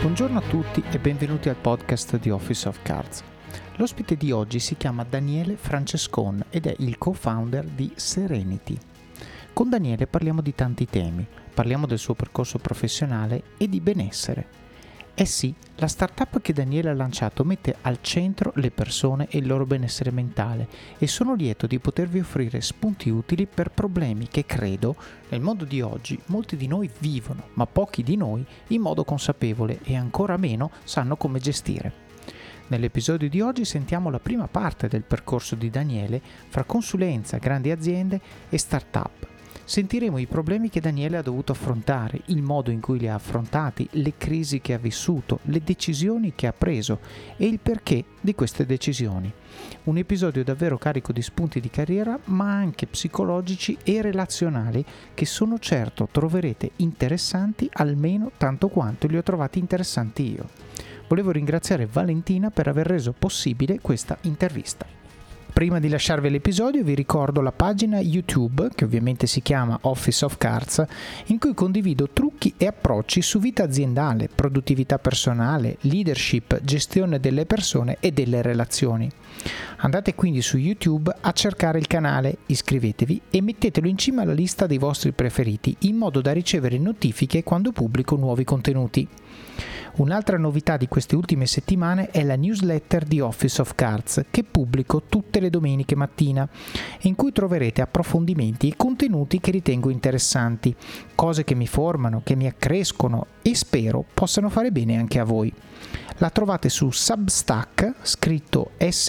Buongiorno a tutti e benvenuti al podcast di Office of Cards. L'ospite di oggi si chiama Daniele Francescon ed è il co-founder di Serenity. Con Daniele parliamo di tanti temi, parliamo del suo percorso professionale e di benessere. Eh sì, la startup che Daniele ha lanciato mette al centro le persone e il loro benessere mentale e sono lieto di potervi offrire spunti utili per problemi che credo, nel mondo di oggi, molti di noi vivono, ma pochi di noi in modo consapevole e ancora meno sanno come gestire. Nell'episodio di oggi sentiamo la prima parte del percorso di Daniele fra consulenza, grandi aziende e startup. Sentiremo i problemi che Daniele ha dovuto affrontare, il modo in cui li ha affrontati, le crisi che ha vissuto, le decisioni che ha preso e il perché di queste decisioni. Un episodio davvero carico di spunti di carriera, ma anche psicologici e relazionali che sono certo troverete interessanti almeno tanto quanto li ho trovati interessanti io. Volevo ringraziare Valentina per aver reso possibile questa intervista. Prima di lasciarvi l'episodio vi ricordo la pagina YouTube, che ovviamente si chiama Office of Cards, in cui condivido trucchi e approcci su vita aziendale, produttività personale, leadership, gestione delle persone e delle relazioni. Andate quindi su YouTube a cercare il canale, iscrivetevi e mettetelo in cima alla lista dei vostri preferiti in modo da ricevere notifiche quando pubblico nuovi contenuti. Un'altra novità di queste ultime settimane è la newsletter di Office of Cards che pubblico tutte le domeniche mattina, in cui troverete approfondimenti e contenuti che ritengo interessanti, cose che mi formano, che mi accrescono e spero possano fare bene anche a voi. La trovate su Substack, scritto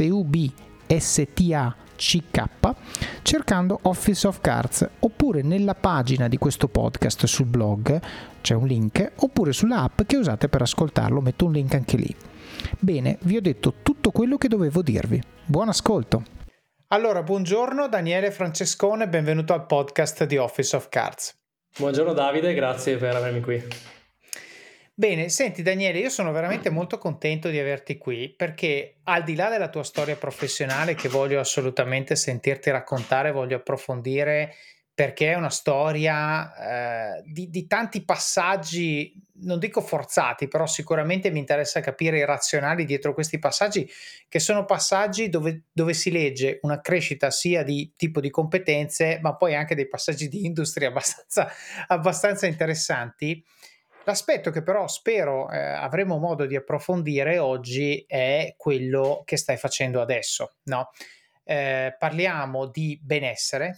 Substack, cercando Office of Cards, oppure nella pagina di questo podcast sul blog, c'è un link, oppure sulla app che usate per ascoltarlo, metto un link anche lì. Bene, vi ho detto tutto quello che dovevo dirvi. Buon ascolto! Allora, buongiorno Daniele Francescone, benvenuto al podcast di Office of Cards. Buongiorno Davide, grazie per avermi qui. Bene, senti Daniele, io sono veramente molto contento di averti qui perché al di là della tua storia professionale che voglio assolutamente sentirti raccontare, voglio approfondire perché è una storia di tanti passaggi, non dico forzati, però sicuramente mi interessa capire i razionali dietro questi passaggi, che sono passaggi dove si legge una crescita sia di tipo di competenze, ma poi anche dei passaggi di industria abbastanza interessanti. L'aspetto che però spero avremo modo di approfondire oggi è quello che stai facendo adesso, no? Parliamo di benessere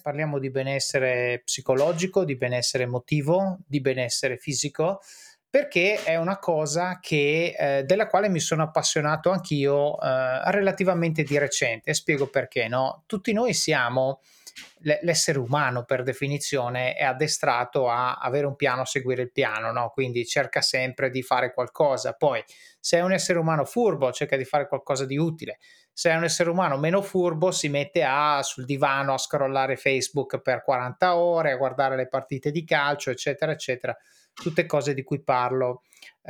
psicologico, di benessere emotivo, di benessere fisico, perché è una cosa della quale mi sono appassionato anch'io relativamente di recente. Spiego perché, no? Tutti noi siamo l'essere umano per definizione è addestrato a avere un piano, a seguire il piano, no? Quindi cerca sempre di fare qualcosa. Poi, se è un essere umano furbo, cerca di fare qualcosa di utile. Se è un essere umano meno furbo, si mette sul divano a scrollare Facebook per 40 ore, a guardare le partite di calcio, eccetera, eccetera. Tutte cose di cui parlo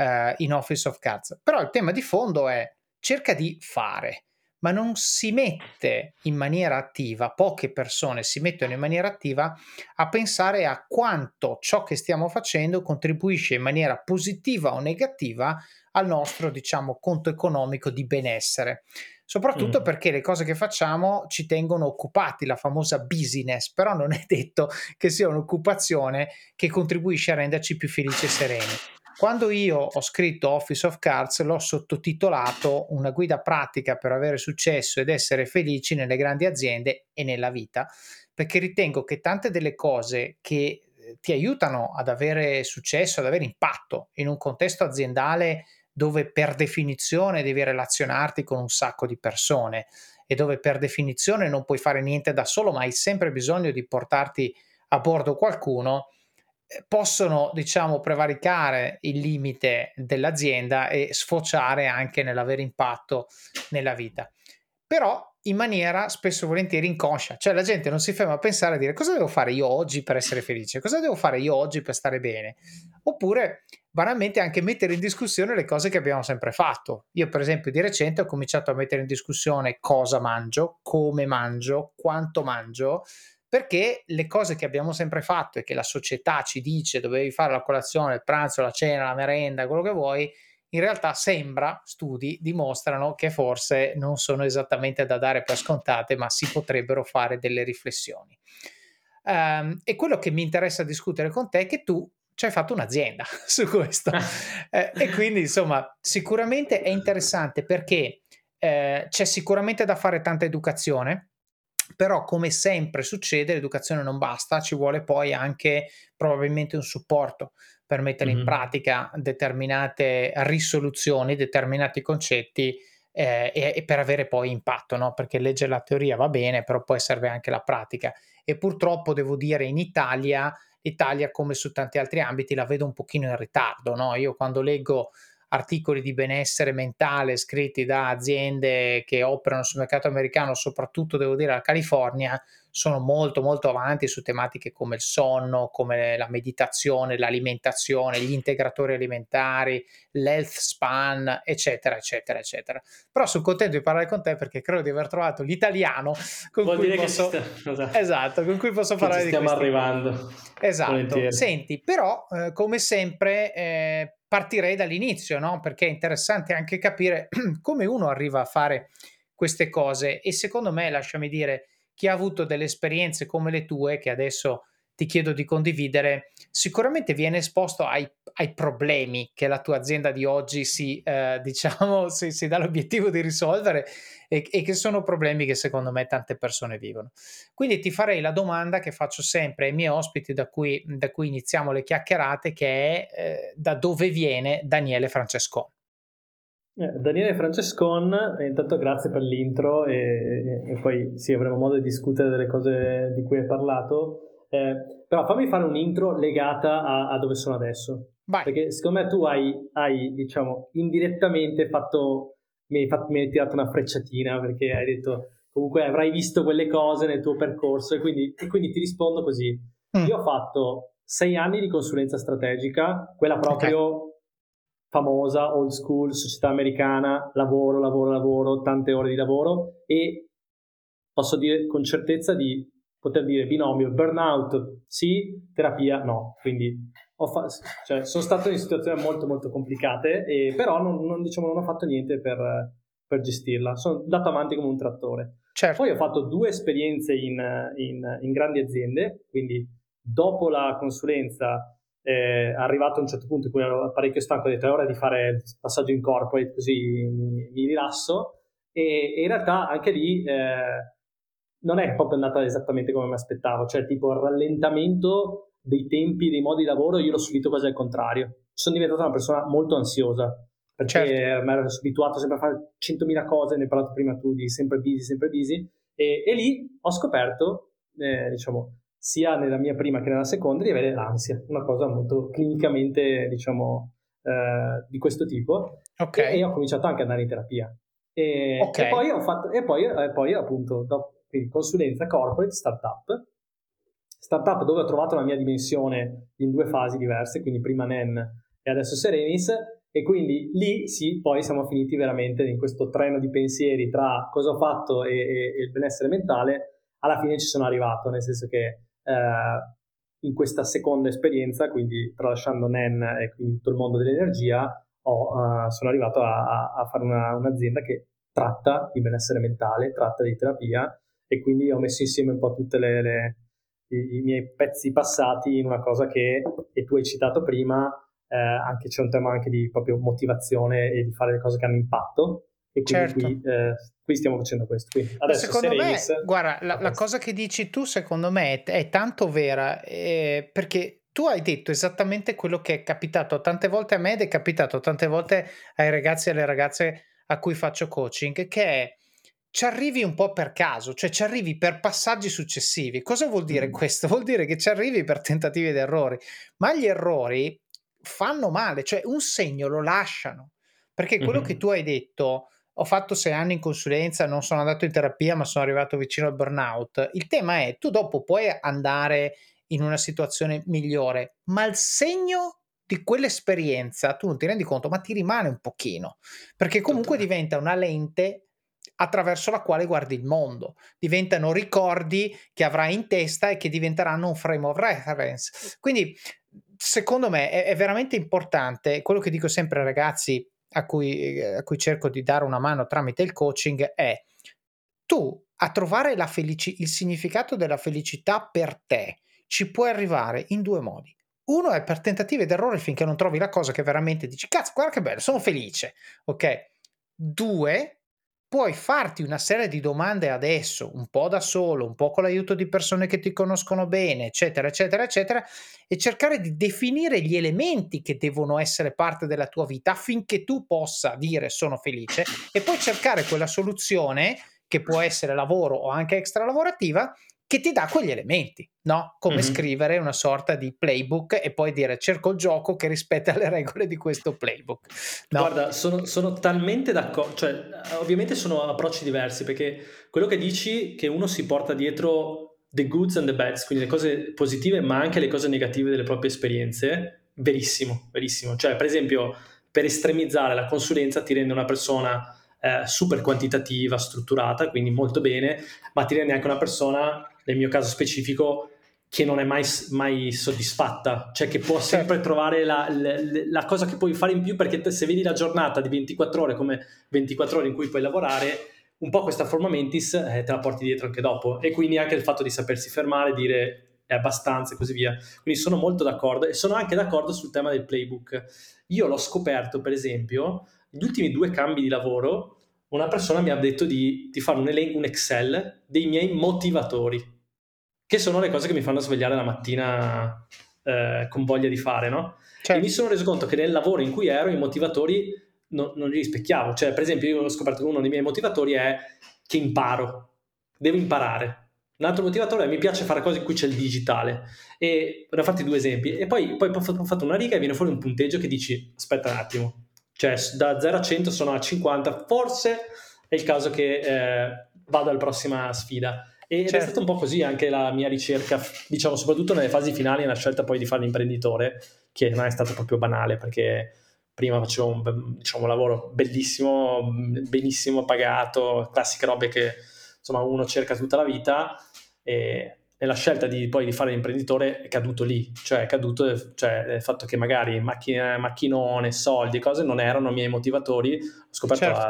in Office of Cards. Però il tema di fondo è cerca di fare, ma non si mette in maniera attiva, poche persone si mettono in maniera attiva a pensare a quanto ciò che stiamo facendo contribuisce in maniera positiva o negativa al nostro, diciamo, conto economico di benessere. Soprattutto perché le cose che facciamo ci tengono occupati, la famosa business, però non è detto che sia un'occupazione che contribuisce a renderci più felici e sereni. Quando io ho scritto Office of Cards l'ho sottotitolato Una guida pratica per avere successo ed essere felici nelle grandi aziende e nella vita, perché ritengo che tante delle cose che ti aiutano ad avere successo, ad avere impatto in un contesto aziendale dove per definizione devi relazionarti con un sacco di persone e dove per definizione non puoi fare niente da solo, ma hai sempre bisogno di portarti a bordo qualcuno, possono, diciamo, prevaricare il limite dell'azienda e sfociare anche nell'avere impatto nella vita. Però in maniera spesso e volentieri inconscia, cioè la gente non si ferma a pensare a dire cosa devo fare io oggi per essere felice, cosa devo fare io oggi per stare bene, oppure banalmente anche mettere in discussione le cose che abbiamo sempre fatto. Io per esempio di recente ho cominciato a mettere in discussione cosa mangio, come mangio, quanto mangio, perché le cose che abbiamo sempre fatto e che la società ci dice dovevi fare la colazione, il pranzo, la cena, la merenda, quello che vuoi, in realtà studi dimostrano che forse non sono esattamente da dare per scontate, ma si potrebbero fare delle riflessioni. E quello che mi interessa discutere con te è che tu c'hai fatto un'azienda su questo. E quindi insomma sicuramente è interessante perché, c'è sicuramente da fare tanta educazione, però come sempre succede l'educazione non basta, ci vuole poi anche probabilmente un supporto per mettere in Mh-mh. pratica determinate risoluzioni, determinati concetti, e per avere poi impatto, no, perché leggere la teoria va bene, però poi serve anche la pratica. E purtroppo devo dire in Italia come su tanti altri ambiti la vedo un pochino in ritardo, no, io quando leggo articoli di benessere mentale scritti da aziende che operano sul mercato americano, soprattutto devo dire la California, sono molto molto avanti su tematiche come il sonno, come la meditazione, l'alimentazione, gli integratori alimentari, l'health span, eccetera, eccetera, eccetera. Però sono contento di parlare con te perché credo di aver trovato l'italiano con Vuol cui dire che ci sta posso esatto, esatto, con cui posso che ci parlare di stiamo questi temi. arrivando. Esatto. Volentieri. Senti, però, come sempre, partirei dall'inizio, no, perché è interessante anche capire come uno arriva a fare queste cose e secondo me, lasciami dire, chi ha avuto delle esperienze come le tue, che adesso ti chiedo di condividere, sicuramente viene esposto ai problemi che la tua azienda di oggi diciamo, si dà l'obiettivo di risolvere e che sono problemi che secondo me tante persone vivono. Quindi ti farei la domanda che faccio sempre ai miei ospiti da cui iniziamo le chiacchierate, che è, da dove viene Daniele Francescon? Daniele Francescon, intanto grazie per l'intro e poi sì, avremo modo di discutere delle cose di cui hai parlato. Però fammi fare un'intro legata a dove sono adesso. Vai. Perché secondo me tu hai diciamo, indirettamente mi hai tirato una frecciatina perché hai detto comunque avrai visto quelle cose nel tuo percorso e quindi ti rispondo così. Mh, Io ho fatto 6 anni di consulenza strategica, quella okay, proprio famosa, old school, società americana, lavoro, lavoro, lavoro, tante ore di lavoro e posso dire con certezza di poter dire binomio burnout sì, terapia no. Quindi cioè, sono stato in situazioni molto molto complicate, però diciamo, non ho fatto niente per gestirla. Sono andato avanti come un trattore. Poi certo, ho fatto 2 esperienze in grandi aziende, quindi dopo la consulenza arrivato a un certo punto in cui ero parecchio stanco, ho detto è ora di fare il passaggio in corporate così mi rilasso e in realtà anche lì non è proprio andata esattamente come mi aspettavo, cioè tipo il rallentamento dei tempi, dei modi di lavoro, io l'ho subito quasi al contrario. Sono diventata una persona molto ansiosa perché certo. mi ero abituato sempre a fare 100.000 cose, ne hai parlato prima tu di sempre busy e lì ho scoperto, diciamo, sia nella mia prima che nella seconda, di avere l'ansia, una cosa molto clinicamente, diciamo, di questo tipo, e Okay, ho cominciato anche ad andare in terapia. E okay, poi ho fatto, e poi appunto, dopo, quindi consulenza corporate, startup dove ho trovato la mia dimensione in 2 fasi diverse, quindi prima NEN e adesso Serenis, e quindi lì sì, poi siamo finiti veramente in questo treno di pensieri tra cosa ho fatto e il benessere mentale. Alla fine ci sono arrivato, nel senso che in questa seconda esperienza, quindi tralasciando NEN e quindi tutto il mondo dell'energia, sono arrivato a fare un'azienda che tratta di benessere mentale, tratta di terapia e quindi ho messo insieme un po' tutte i miei pezzi passati in una cosa che, e tu hai citato prima, anche c'è un tema anche di proprio motivazione e di fare le cose che hanno impatto e quindi qui, certo. qui stiamo facendo questo. Quindi Ma adesso secondo Serenis me guarda, la fa la questo. cosa che dici tu secondo me è tanto vera, perché tu hai detto esattamente quello che è capitato tante volte a me ed è capitato tante volte ai ragazzi e alle ragazze a cui faccio coaching, che è ci arrivi un po' per caso, cioè ci arrivi per passaggi successivi. Cosa vuol dire Mm. questo? Vuol dire che ci arrivi per tentativi ed errori, ma gli errori fanno male, cioè un segno lo lasciano. Perché quello che Mhm. tu hai detto: "Ho fatto 6 anni in consulenza, non sono andato in terapia, ma sono arrivato vicino al burnout." Il tema è: tu dopo puoi andare in una situazione migliore, ma il segno di quell'esperienza tu non ti rendi conto, ma ti rimane un pochino, perché comunque Totale. diventa una lente attraverso la quale guardi il mondo. Diventano ricordi che avrai in testa e che diventeranno un frame of reference. Quindi, secondo me, è veramente importante quello che dico sempre ai ragazzi a cui cerco di dare una mano tramite il coaching è: tu a trovare il significato della felicità per te ci puoi arrivare in 2 modi. Uno è per tentativi ed errori finché non trovi la cosa che veramente dici: "Cazzo, guarda che bello, sono felice." Okay. 2, puoi farti una serie di domande adesso, un po' da solo, un po' con l'aiuto di persone che ti conoscono bene, eccetera, eccetera, eccetera, e cercare di definire gli elementi che devono essere parte della tua vita affinché tu possa dire: "Sono felice", e poi cercare quella soluzione, che può essere lavoro o anche extra lavorativa, che ti dà quegli elementi, no, come Mhm. scrivere una sorta di playbook e poi dire: "Cerco il gioco che rispetta le regole di questo playbook", no? Guarda, sono talmente d'accordo, cioè ovviamente sono approcci diversi, perché quello che dici che uno si porta dietro the goods and the bads, quindi le cose positive ma anche le cose negative delle proprie esperienze, verissimo, verissimo. Cioè, per esempio, per estremizzare, la consulenza ti rende una persona super quantitativa, strutturata, quindi molto bene, ma ti rende anche una persona, nel mio caso specifico, che non è mai soddisfatta, cioè che può sempre Certo, trovare la cosa che puoi fare in più, perché se vedi la giornata di 24 ore come 24 ore in cui puoi lavorare, un po' questa forma mentis te la porti dietro anche dopo, e quindi anche il fatto di sapersi fermare, dire è abbastanza e così via. Quindi sono molto d'accordo, e sono anche d'accordo sul tema del playbook. Io l'ho scoperto, per esempio, gli ultimi 2 cambi di lavoro, una persona mi ha detto di fare un Excel dei miei motivatori, che sono le cose che mi fanno svegliare la mattina con voglia di fare, no? E mi certo. sono reso conto che nel lavoro in cui ero i motivatori non li rispecchiavo. Cioè, per esempio, io ho scoperto che uno dei miei motivatori è che devo imparare. Un altro motivatore è mi piace fare cose in cui c'è il digitale. E ne ho fatti 2 esempi. E poi ho fatto una riga e viene fuori un punteggio che dici, aspetta un attimo, cioè da 0 a 100 sono a 50, forse è il caso che vado alla prossima sfida. Ed è stato Certo, un po' così anche la mia ricerca, diciamo, soprattutto nelle fasi finali, nella scelta poi di fare l'imprenditore, che non è stato proprio banale, perché prima facevo diciamo, un lavoro bellissimo, benissimo pagato, classiche robe che insomma uno cerca tutta la vita, e la scelta poi di fare l'imprenditore è caduto lì, cioè è caduto, cioè, il fatto che magari macchinone, soldi, cose non erano miei motivatori. Ho scoperto certo. a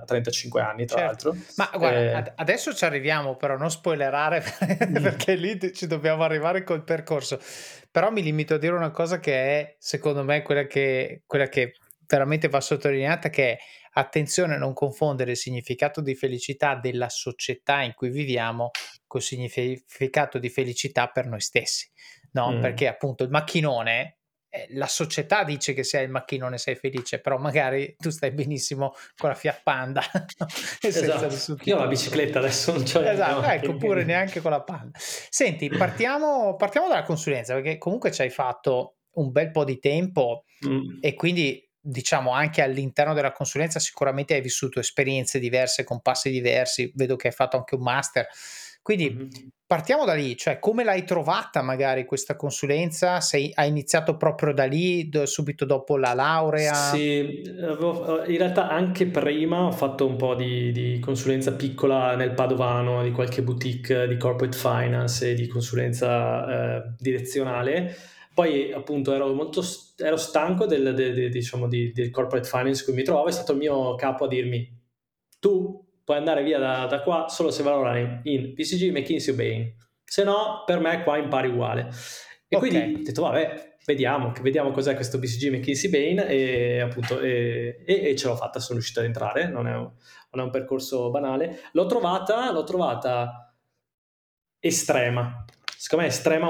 35 anni, tra Certo. l'altro. Ma guarda, adesso ci arriviamo, però non spoilerare perché lì ci dobbiamo arrivare col percorso. Però mi limito a dire una cosa che è, secondo me, quella che veramente va sottolineata, che è: attenzione a non confondere il significato di felicità della società in cui viviamo col significato di felicità per noi stessi, no, Mm. perché appunto il macchinone, la società dice che se hai il macchinone sei felice, però magari tu stai benissimo con la Fiat Panda, no, e senza Esatto. nessun Io ho la tipo di bicicletta problema. adesso, non c'ho neanche la Esatto, ecco, macchina, pure quindi neanche con la Panda. Senti, partiamo dalla consulenza, perché comunque ci hai fatto un bel po' di tempo mh. e quindi, diciamo, anche all'interno della consulenza sicuramente hai vissuto esperienze diverse, con passi diversi, vedo che hai fatto anche un master. Quindi Mh-mh. partiamo da lì, cioè come l'hai trovata magari questa consulenza? Hai iniziato proprio da lì, subito dopo la laurea? Sì, in realtà anche prima ho fatto un po' di consulenza piccola nel padovano, di qualche boutique di corporate finance e di consulenza, direzionale. Poi appunto ero stanco diciamo del corporate finance in cui mi trovavo. È stato il mio capo a dirmi: "Tu puoi andare via da qua solo se vai a lavorare in BCG, McKinsey o Bain, se no per me qua impari uguale". E Okay, quindi ho detto: "Vabbè, vediamo cos'è questo BCG McKinsey Bain", e appunto e ce l'ho fatta, sono riuscito ad entrare, non è un percorso banale. L'ho trovata estrema. Secondo me estrema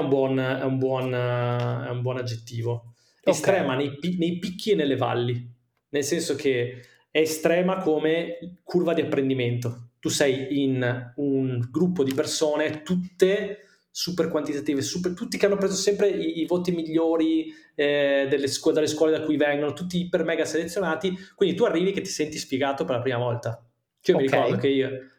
è un buon aggettivo. okay, Estrema nei picchi e nelle valli, nel senso che è estrema come curva di apprendimento. Tu sei in un gruppo di persone, tutte super quantitative, tutti che hanno preso sempre i voti migliori dalle scuole da cui vengono, tutti iper mega selezionati, quindi tu arrivi che ti senti sfigato per la prima volta. Cioè, io mi ricordo okay, che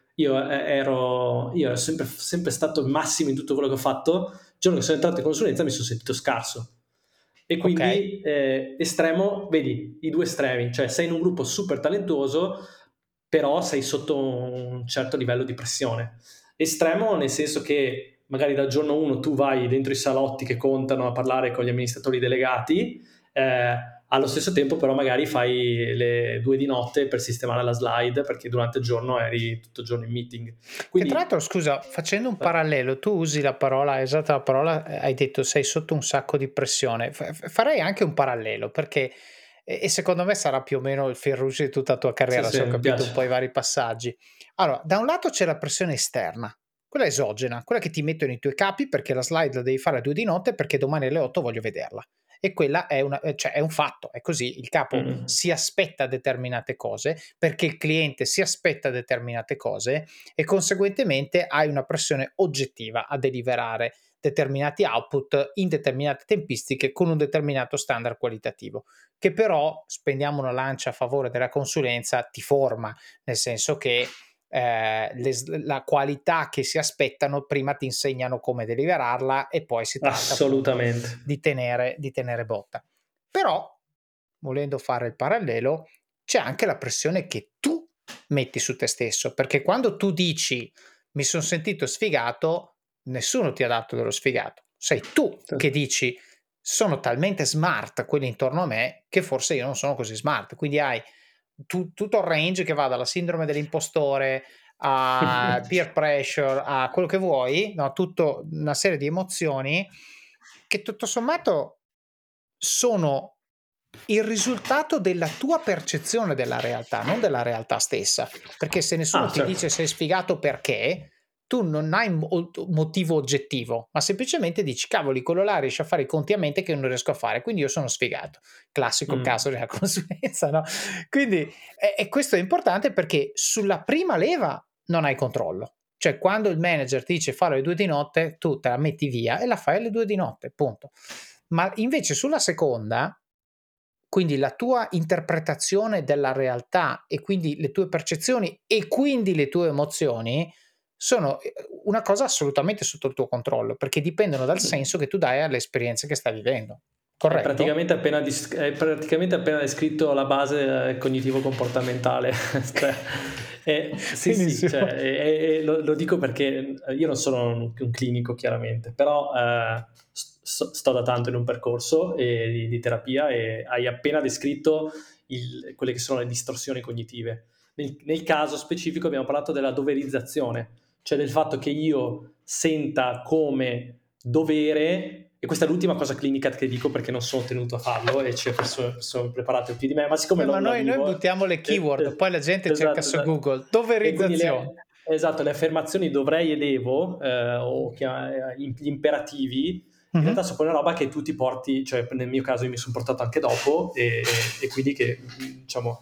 io ero sempre stato il massimo in tutto quello che ho fatto. Il giorno che sono entrato in consulenza mi sono sentito scarso. E okay, quindi estremo, vedi, i due estremi, cioè sei in un gruppo super talentuoso, però sei sotto un certo livello di pressione. Estremo nel senso che magari dal giorno 1 tu vai dentro i salotti che contano a parlare con gli amministratori delegati, allo stesso tempo però magari fai le 2 di notte per sistemare la slide, perché durante il giorno eri tutto il giorno in meeting. Che tra Quindi l'altro, scusa, facendo un eh, parallelo, tu usi la parola, esatta la parola, hai detto sei sotto un sacco di pressione. Farei anche un parallelo perché, e secondo me sarà più o meno il fil rouge di tutta la tua sì, carriera, sì, se ho mi capito un piace. po' i vari passaggi. Allora, da un lato c'è la pressione esterna, quella esogena, quella che ti mettono i tuoi capi perché la slide la devi fare a 2 di notte perché domani alle 8 voglio vederla. E quella è cioè è un fatto, è così. Il capo Mh-mh. si aspetta determinate cose perché il cliente si aspetta determinate cose e conseguentemente hai una pressione oggettiva a deliverare determinati output in determinate tempistiche con un determinato standard qualitativo, che però, spendiamo una lancia a favore della consulenza, ti forma, nel senso che la qualità che si aspettano prima ti insegnano come deliverarla e poi si tratta appunto Assolutamente. di tenere botta. Però, volendo fare il parallelo, c'è anche la pressione che tu metti su te stesso, perché quando tu dici mi sono sentito sfigato, nessuno ti ha dato dello sfigato, sei tu Sì. che dici sono talmente smart quelli intorno a me che forse io non sono così smart, quindi hai tutto il range che va dalla sindrome dell'impostore a peer pressure a quello che vuoi, no? Tutta una serie di emozioni che tutto sommato sono il risultato della tua percezione della realtà, non della realtà stessa. Perché se nessuno Ah, ti certo. dice sei sfigato perché, tu non hai motivo oggettivo, ma semplicemente dici: cavoli, quello là riesce a fare i conti a mente che io non riesco a fare, quindi io sono sfigato. Classico Mh. caso della consulenza, no? Quindi, e questo è importante perché sulla prima leva non hai controllo. Cioè, quando il manager ti dice fare alle 2 di notte, tu te la metti via e la fai alle 2 di notte, punto. Ma invece sulla seconda, quindi la tua interpretazione della realtà e quindi le tue percezioni e quindi le tue emozioni sono, una cosa assolutamente sotto il tuo controllo, perché dipendono dal Mh. senso che tu dai alle esperienze che stai vivendo. Hai Corretto? praticamente appena descritto la base, cognitivo-comportamentale. Cioè, sì, sì, cioè, Benissimo. lo dico perché, io non sono un clinico chiaramente, però, sto da tanto in un percorso, di terapia e hai appena descritto quelle che sono le distorsioni cognitive. Nel caso specifico abbiamo parlato della doverizzazione, cioè del fatto che io senta come dovere, e questa è l'ultima cosa clinica che dico perché non sono tenuto a farlo e c'è persone preparate più di me, ma siccome Ma la noi vivo, buttiamo le keyword, poi la gente cerca esatto, su Google, e quindi doverizzazione. le affermazioni dovrei e devo, o gli imperativi, in Mh-mh. realtà sono poi una roba che tu ti porti, cioè nel mio caso io mi sono portato anche dopo, e quindi che, diciamo,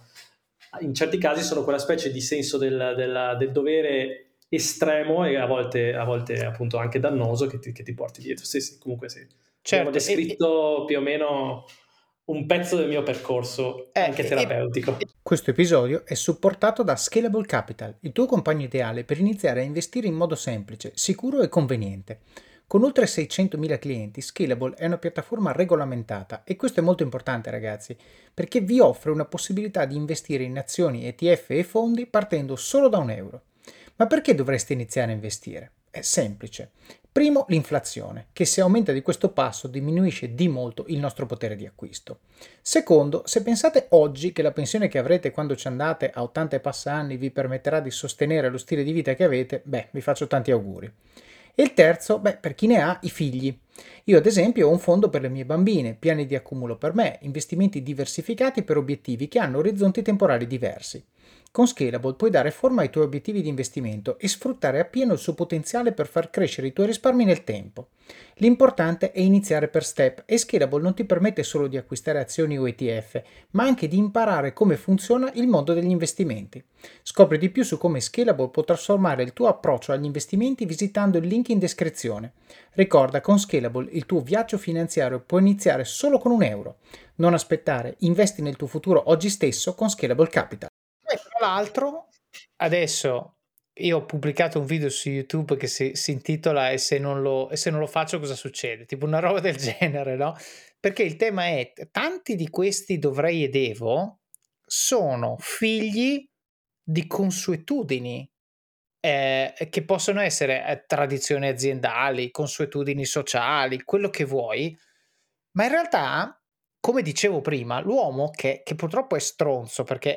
in certi casi sono quella specie di senso del dovere estremo e a volte appunto anche dannoso che ti porti dietro. Sì, sì, comunque sì. Abbiamo Certo, descritto più o meno un pezzo del mio percorso, anche e terapeutico. questo episodio è supportato da Scalable Capital, il tuo compagno ideale per iniziare a investire in modo semplice, sicuro e conveniente. Con oltre 600.000 clienti, Scalable è una piattaforma regolamentata e questo è molto importante ragazzi, perché vi offre una possibilità di investire in azioni, ETF e fondi partendo solo da €1. Ma perché dovreste iniziare a investire? È semplice. Primo, l'inflazione, che se aumenta di questo passo diminuisce di molto il nostro potere di acquisto. Secondo, se pensate oggi che la pensione che avrete quando ci andate a 80 e passa anni vi permetterà di sostenere lo stile di vita che avete, beh, vi faccio tanti auguri. E il terzo, beh, per chi ne ha, i figli. Io ad esempio ho un fondo per le mie bambine, piani di accumulo per me, investimenti diversificati per obiettivi che hanno orizzonti temporali diversi. Con Scalable puoi dare forma ai tuoi obiettivi di investimento e sfruttare appieno il suo potenziale per far crescere i tuoi risparmi nel tempo. L'importante è iniziare per step e Scalable non ti permette solo di acquistare azioni o ETF, ma anche di imparare come funziona il mondo degli investimenti. Scopri di più su come Scalable può trasformare il tuo approccio agli investimenti visitando il link in descrizione. Ricorda, con Scalable il tuo viaggio finanziario può iniziare solo con €1. Non aspettare, investi nel tuo futuro oggi stesso con Scalable Capital. E tra l'altro, adesso io ho pubblicato un video su YouTube che si intitola "E se non lo faccio cosa succede?" Tipo una roba del genere, no, perché il tema è tanti di questi dovrei e devo sono figli di consuetudini, che possono essere, tradizioni aziendali, consuetudini sociali, quello che vuoi, ma in realtà come dicevo prima, l'uomo che purtroppo è stronzo perché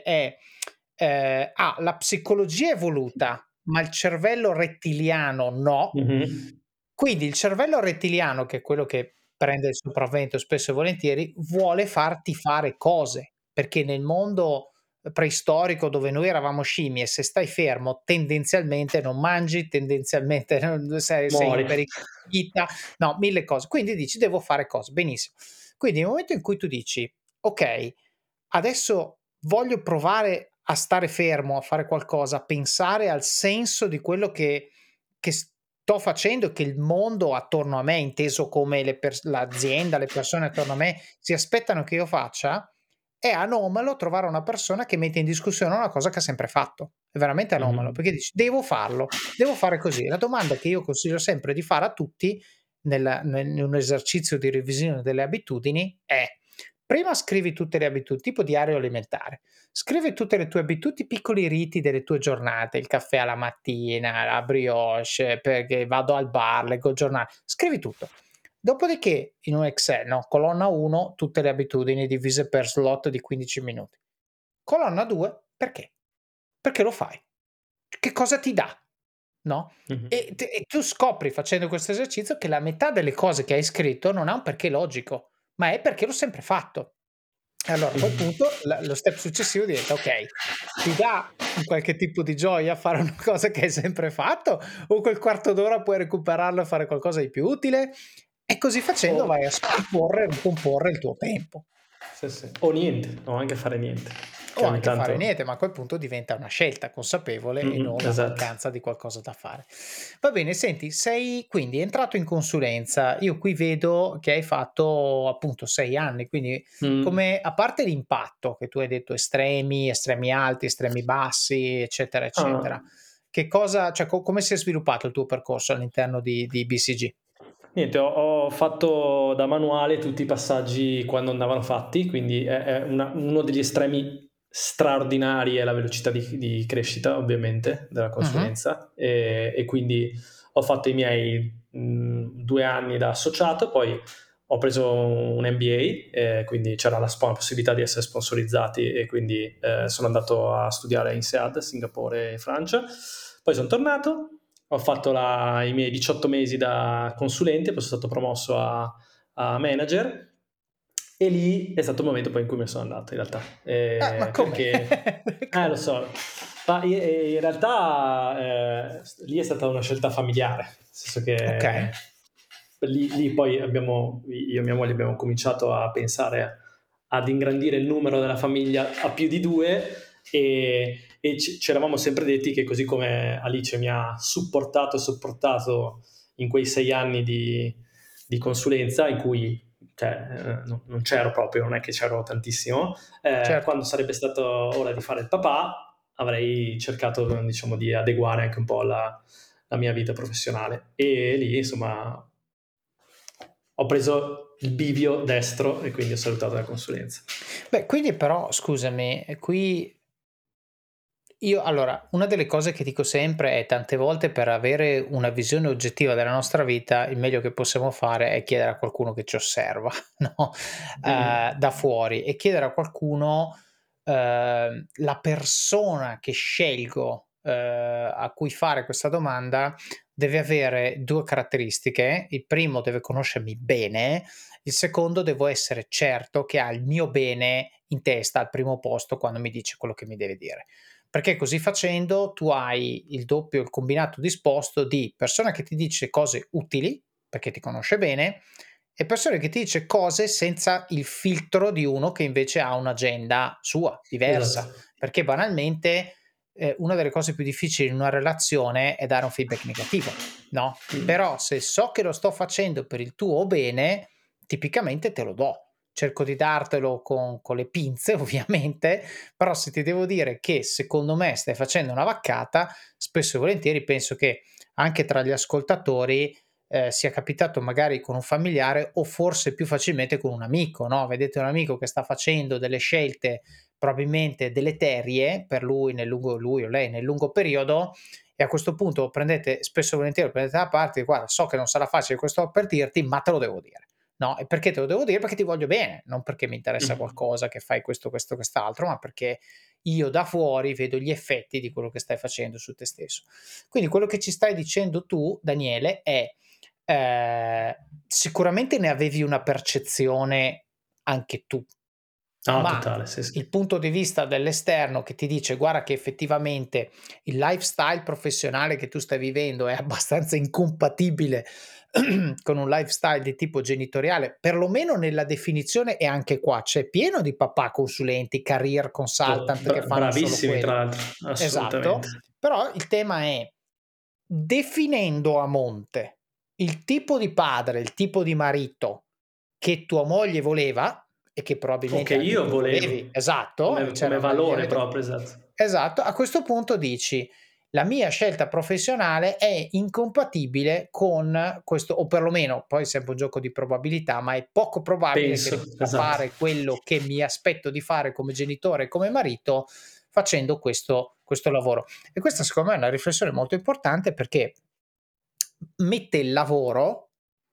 ha la psicologia evoluta, ma il cervello rettiliano no. Mhm. Quindi il cervello rettiliano, che è quello che prende il sopravvento spesso e volentieri, vuole farti fare cose, perché nel mondo preistorico dove noi eravamo scimmie, se stai fermo tendenzialmente non mangi, tendenzialmente non sei Muori. impericchita, no, 1000 cose. Quindi dici: "Devo fare cose", benissimo. Quindi nel momento in cui tu dici: "Okay, adesso voglio provare a stare fermo, a fare qualcosa, a pensare al senso di quello che sto facendo e che il mondo attorno a me, inteso come l'azienda, le persone attorno a me si aspettano che io faccia", è anomalo trovare una persona che mette in discussione una cosa che ha sempre fatto. È veramente anomalo, Mhm. perché dici: "Devo farlo, devo fare così". La domanda che io consiglio sempre di fare a tutti in un esercizio di revisione delle abitudini è: prima scrivi tutte le tipo diario alimentare. Scrivi tutte le tue abitudini, piccoli riti delle tue giornate, il caffè alla mattina, la brioche, perché vado al bar, leggo il giornale, scrivi tutto. Dopodiché in un Excel, no, colonna 1 tutte le abitudini divise per slot di 15 minuti. Colonna 2 perché? Perché lo fai? Che cosa ti dà? No? Mhm. E tu scopri facendo questo esercizio che la metà delle cose che hai scritto non ha un perché logico, ma è perché l'ho sempre fatto. E allora a quel Mhm. punto lo step successivo diventa: okay, ti dà un qualche tipo di gioia fare una cosa che hai sempre fatto o quel quarto d'ora puoi recuperarlo e fare qualcosa di più utile? E così facendo O, vai a scomporre e ricomporre il tuo tempo. sì, sì. O niente, o anche fare niente, O che ogni anche fare tanto... niente, ma a quel punto diventa una scelta consapevole e non la Esatto. mancanza di qualcosa da fare. Va bene, senti, sei quindi entrato in consulenza. Io qui vedo che hai fatto appunto 6 anni, quindi Mm. come a parte l'impatto che tu hai detto estremi, estremi alti, estremi bassi, eccetera, Ah. eccetera, che cosa cioè come si è sviluppato il tuo percorso all'interno di BCG? Niente, ho fatto da manuale tutti i passaggi quando andavano fatti, quindi è uno degli estremi straordinari è la velocità di crescita, ovviamente, della Mh-mh. consulenza, e quindi ho fatto i miei 2 anni da associato, poi ho preso un MBA, quindi c'era la possibilità di essere sponsorizzati e quindi sono andato a studiare a INSEAD, Singapore e Francia. Poi sono tornato, ho fatto i miei 18 mesi da consulente, poi sono stato promosso a manager e lì è stato il momento poi in cui me ne sono andato in realtà. Ma come? Perché, lo Come? so, ma in realtà lì è stata una scelta familiare, nel senso che Okay, lì poi io e mia moglie abbiamo cominciato a pensare ad ingrandire il numero della famiglia a più di due e ci eravamo sempre detti che così come Alice mi ha supportato e sopportato in quei 6 anni di consulenza in cui cioè, non c'ero proprio, non è che c'ero tantissimo, certo. quando sarebbe stato ora di fare il papà avrei cercato diciamo di adeguare anche un po' la mia vita professionale e lì insomma ho preso il bivio destro e quindi ho salutato la consulenza. Beh, quindi però scusami, qui io allora, una delle cose che dico sempre è tante volte per avere una visione oggettiva della nostra vita, il meglio che possiamo fare è chiedere a qualcuno che ci osserva, no, Mm. da fuori e chiedere a qualcuno, la persona che scelgo, a cui fare questa domanda deve avere 2 caratteristiche: il primo deve conoscermi bene, il secondo devo essere certo che ha il mio bene in testa al primo posto quando mi dice quello che mi deve dire. Perché così facendo tu hai il doppio, il combinato disposto di persona che ti dice cose utili, perché ti conosce bene, e persone che ti dice cose senza il filtro di uno che invece ha un'agenda sua, diversa. Esatto. Perché banalmente, una delle cose più difficili in una relazione è dare un feedback negativo, no, Mm. però se so che lo sto facendo per il tuo bene, tipicamente te lo do. Cerco di dartelo con le pinze ovviamente, però se ti devo dire che secondo me stai facendo una vaccata, spesso e volentieri penso che anche tra gli ascoltatori, sia capitato magari con un familiare o forse più facilmente con un amico, no, vedete un amico che sta facendo delle scelte probabilmente deleterie per lui o lei nel lungo periodo e a questo punto prendete spesso e volentieri lo prendete da parte: "Guarda, so che non sarà facile questo per dirti, ma te lo devo dire. no? E perché te lo devo dire? Perché ti voglio bene, non perché mi interessa Mh. qualcosa, che fai questo, questo, quest'altro, ma perché io da fuori vedo gli effetti di quello che stai facendo su te stesso. Quindi quello che ci stai dicendo tu, Daniele, è sicuramente ne avevi una percezione anche tu, Ah, ma totale, sì, il sì. punto di vista dell'esterno che ti dice guarda che effettivamente il lifestyle professionale che tu stai vivendo è abbastanza incompatibile con un lifestyle di tipo genitoriale, perlomeno nella definizione, e anche qua c'è pieno di papà consulenti, career consultant che fanno solo Bravissimi tra quello. l'altro, Esatto, assolutamente. però il tema è definendo a monte il tipo di padre, il tipo di marito che tua moglie voleva e che O probabilmente che anche io tu volevi, volevo, esatto, come c'era una linea valore di proprio, esatto. esatto, a questo punto dici: "La mia scelta professionale è incompatibile con questo", o perlomeno, poi è sempre un gioco di probabilità, ma è poco probabile che Penso, riesca a esatto. fare quello che mi aspetto di fare come genitore e come marito facendo questo lavoro. E questa secondo me è una riflessione molto importante perché mette il lavoro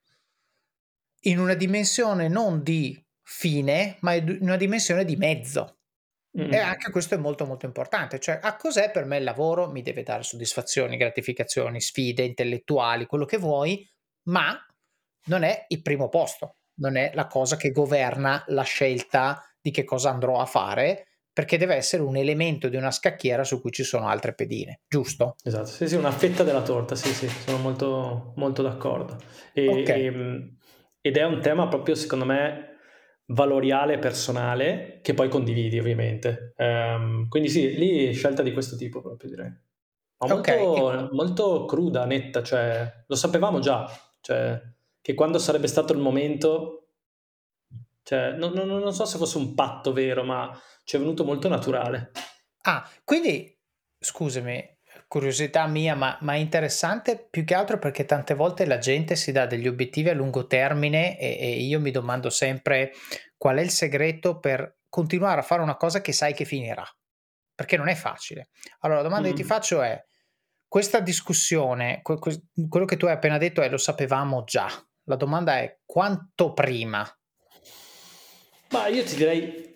in una dimensione non di fine, ma in una dimensione di mezzo. E Mh-mh. anche questo è molto, molto importante. Cioè, a cos'è per me il lavoro? Mi deve dare soddisfazioni, gratificazioni, sfide intellettuali, quello che vuoi, ma non è il primo posto, non è la cosa che governa la scelta di che cosa andrò a fare, perché deve essere un elemento di una scacchiera su cui ci sono altre pedine, giusto? Esatto, sì, sì, una fetta della torta, sì, sì, sono molto molto d'accordo. Okay. Ed è un tema proprio secondo me valoriale, personale, che poi condividi ovviamente. Quindi sì, lì scelta di questo tipo proprio direi. Ma Okay, e molto molto cruda, netta, cioè lo sapevamo già, cioè che quando sarebbe stato il momento, cioè non so se fosse un patto vero, ma ci è venuto molto naturale. quindi scusami, curiosità mia, ma è interessante più che altro perché tante volte la gente si dà degli obiettivi a lungo termine e io mi domando sempre qual è il segreto per continuare a fare una cosa che sai che finirà, perché non è facile. Allora la domanda che ti Mh. faccio è: questa discussione, quello che tu hai appena detto è: "Lo sapevamo già." La domanda è: quanto prima? Ma io ti direi,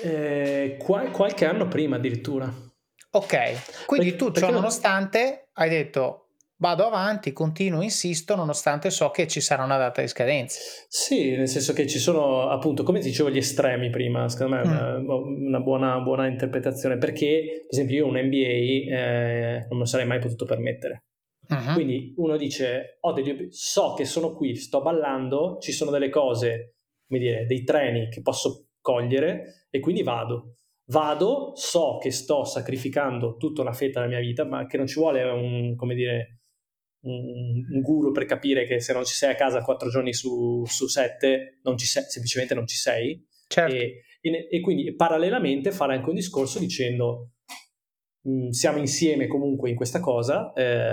qualche anno prima addirittura. Okay, quindi tu ciò Perché no, nonostante hai detto: "Vado avanti, continuo, insisto, nonostante so che ci sarà una data di scadenza." sì, nel senso che ci sono appunto, come ti dicevo, gli estremi prima, secondo me è Mh. una buona interpretazione, perché per esempio io un MBA, non me lo sarei mai potuto permettere. Mh-mh. Quindi uno dice: "Ho degli so che sono qui, sto ballando, ci sono delle cose, come dire, dei treni che posso cogliere e quindi vado." Vado, so che sto sacrificando tutta una fetta della mia vita, ma che non ci vuole un, come dire, un guru per capire che se non ci sei a casa 4 giorni su 7 non ci sei, semplicemente non ci sei. Certo. E quindi parallelamente fare anche un discorso dicendo: siamo insieme comunque in questa cosa,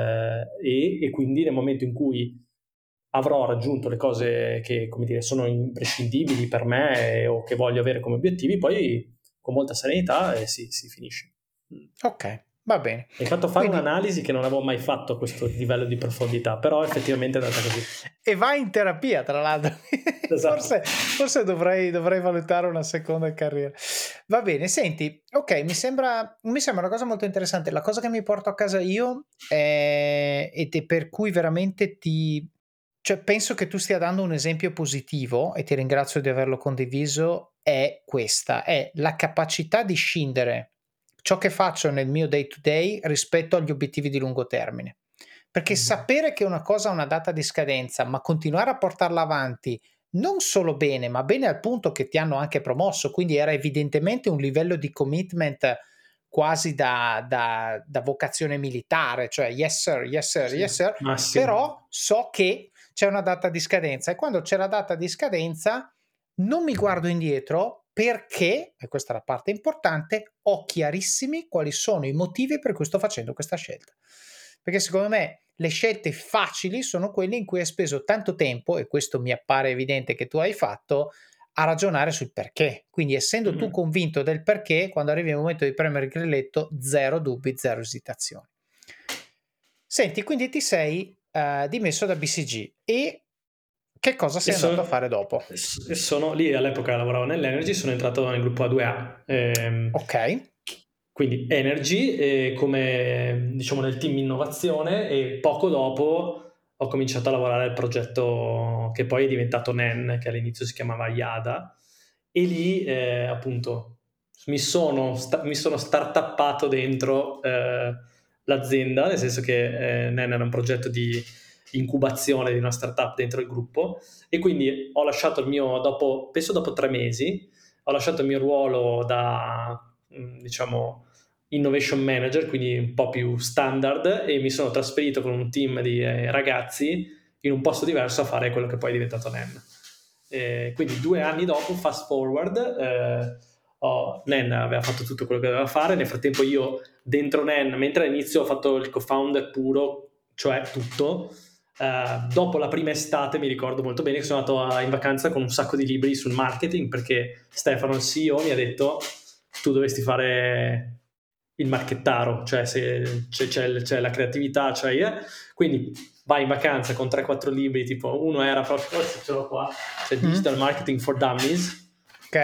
e quindi nel momento in cui avrò raggiunto le cose che, come dire, sono imprescindibili per me o che voglio avere come obiettivi, poi con molta serenità, si finisce. Mh. Okay, va bene. Mi hai fatto fare Quindi un'analisi che non avevo mai fatto a questo livello di profondità, però effettivamente è andata così. e vai in terapia tra l'altro. Esatto. Forse dovrei valutare una seconda carriera. Va bene, senti, okay, mi sembra una cosa molto interessante. La cosa che mi porto a casa io, ed è per cui veramente cioè penso che tu stia dando un esempio positivo e ti ringrazio di averlo condiviso, è questa: è la capacità di scindere ciò che faccio nel mio day to day rispetto agli obiettivi di lungo termine. Perché Mh-mh. sapere che una cosa ha una data di scadenza, ma continuare a portarla avanti non solo bene, ma bene al punto che ti hanno anche promosso, quindi era evidentemente un livello di commitment quasi da vocazione militare, cioè yes sir, yes sir, Sì, yes sir, massimo. però so che c'è una data di scadenza e quando c'è la data di scadenza non mi guardo indietro perché, e questa è la parte importante, ho chiarissimi quali sono i motivi per cui sto facendo questa scelta. Perché secondo me le scelte facili sono quelle in cui hai speso tanto tempo, e questo mi appare evidente che tu hai fatto, a ragionare sul perché. Quindi essendo tu Mh-mh. convinto del perché, quando arrivi il momento di premere il grilletto, zero dubbi, zero esitazioni. Senti, quindi ti sei dimesso da BCG e Che cosa sei andato a fare dopo? Sono lì, all'epoca lavoravo nell'Energy, sono entrato nel gruppo A2A. Ok. Quindi Energy, come diciamo nel team innovazione, e poco dopo ho cominciato a lavorare al progetto che poi è diventato NEN, che all'inizio si chiamava IADA, e lì appunto mi sono startuppato dentro l'azienda, nel senso che NEN era un progetto di incubazione di una startup dentro il gruppo, e quindi ho lasciato il mio, penso dopo 3 mesi, ho lasciato il mio ruolo da, diciamo, innovation manager, quindi un po' più standard, e mi sono trasferito con un team di ragazzi in un posto diverso a fare quello che poi è diventato NEN. Quindi 2 anni dopo, fast forward, NEN aveva fatto tutto quello che doveva fare. Nel frattempo io dentro NEN, mentre all'inizio ho fatto il co-founder puro, cioè tutto, dopo la prima estate mi ricordo molto bene che sono andato in vacanza con un sacco di libri sul marketing, perché Stefano, il CEO, mi ha detto: tu dovresti fare il marchettaro, cioè se c'è la creatività, quindi vai in vacanza con 3-4 libri, tipo uno era proprio, ce l'ho qua, cioè Digital Marketing for Dummies, Ok.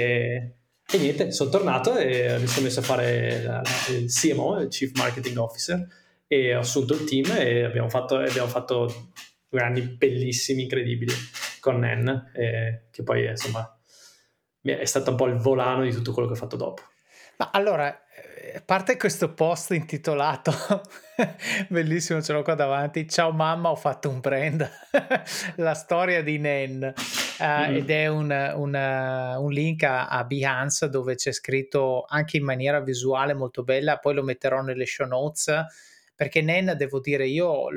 e niente, sono tornato e mi sono messo a fare il CMO, il Chief Marketing Officer, e ho assunto il team e abbiamo fatto 2 anni bellissimi, incredibili con Nen, che poi insomma è stato un po' il volano di tutto quello che ho fatto dopo. Ma allora, a parte questo post intitolato, bellissimo, ce l'ho qua davanti, ciao mamma, ho fatto un brand, la storia di Nen, ed è un link a Behance dove c'è scritto anche in maniera visuale molto bella, poi lo metterò nelle show notes, perché Nen, devo dire, io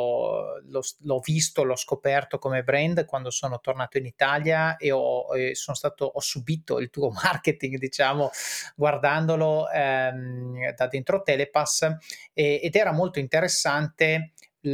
l'ho visto, l'ho scoperto come brand quando sono tornato in Italia e ho subito il tuo marketing, diciamo, guardandolo da dentro Telepass, ed era molto interessante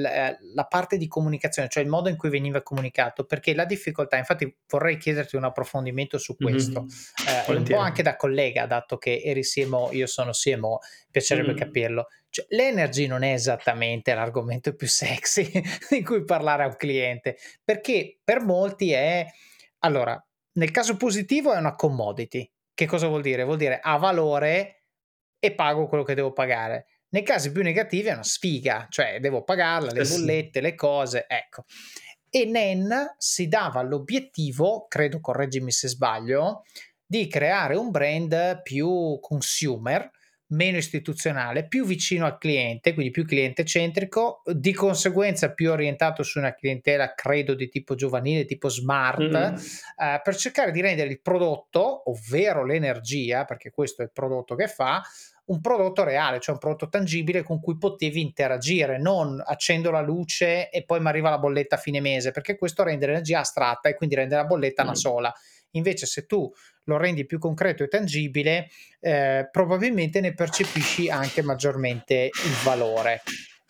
la parte di comunicazione, cioè il modo in cui veniva comunicato, perché la difficoltà, infatti vorrei chiederti un approfondimento su questo, e un po' Volentieri. anche da collega, dato che eri CMO, io sono CMO, piacerebbe Mm. capirlo. Cioè, l'energy non è esattamente l'argomento più sexy di cui parlare a un cliente, perché per molti è, allora, nel caso positivo è una commodity. Che cosa vuol dire? Vuol dire ha valore e pago quello che devo pagare. Nei casi più negativi è una sfiga, cioè devo pagarla, le Sì, sì. bollette, le cose, ecco. E NEN si dava l'obiettivo, credo, correggimi se sbaglio, di creare un brand più consumer, meno istituzionale, più vicino al cliente, quindi più cliente centrico, di conseguenza più orientato su una clientela, credo, di tipo giovanile, tipo smart, Mm. per cercare di rendere il prodotto, ovvero l'energia, perché questo è il prodotto che fa, un prodotto reale, cioè un prodotto tangibile con cui potevi interagire, non accendo la luce e poi mi arriva la bolletta a fine mese, perché questo rende l'energia astratta e quindi rende la bolletta una Mm. sola. Invece se tu lo rendi più concreto e tangibile, probabilmente ne percepisci anche maggiormente il valore.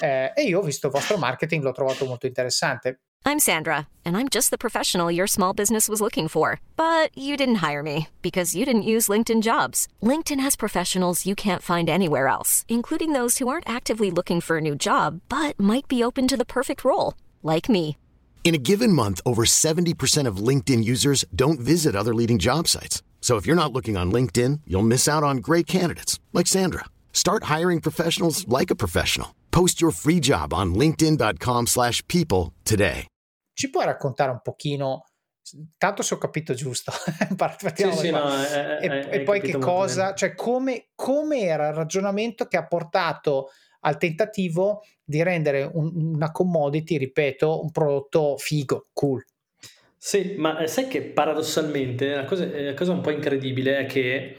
E io ho visto il vostro marketing, l'ho trovato molto interessante. I'm Sandra, and I'm just the professional your small business was looking for. But you didn't hire me because you didn't use LinkedIn Jobs. LinkedIn has professionals you can't find anywhere else, including those who aren't actively looking for a new job, but might be open to the perfect role, like me. In a given month, over 70% of LinkedIn users don't visit other leading job sites. So if you're not looking on LinkedIn, you'll miss out on great candidates like Sandra. Start hiring professionals like a professional. Post your free job on linkedin.com/people today. Ci puoi raccontare un pochino, tanto se ho capito giusto, Sì, partiamo da sì, qua, no, e hai poi che capito molto cosa, bene. cioè come era il ragionamento che ha portato al tentativo di rendere una commodity, ripeto, un prodotto figo, cool. Sì, ma sai che paradossalmente la cosa un po' incredibile è che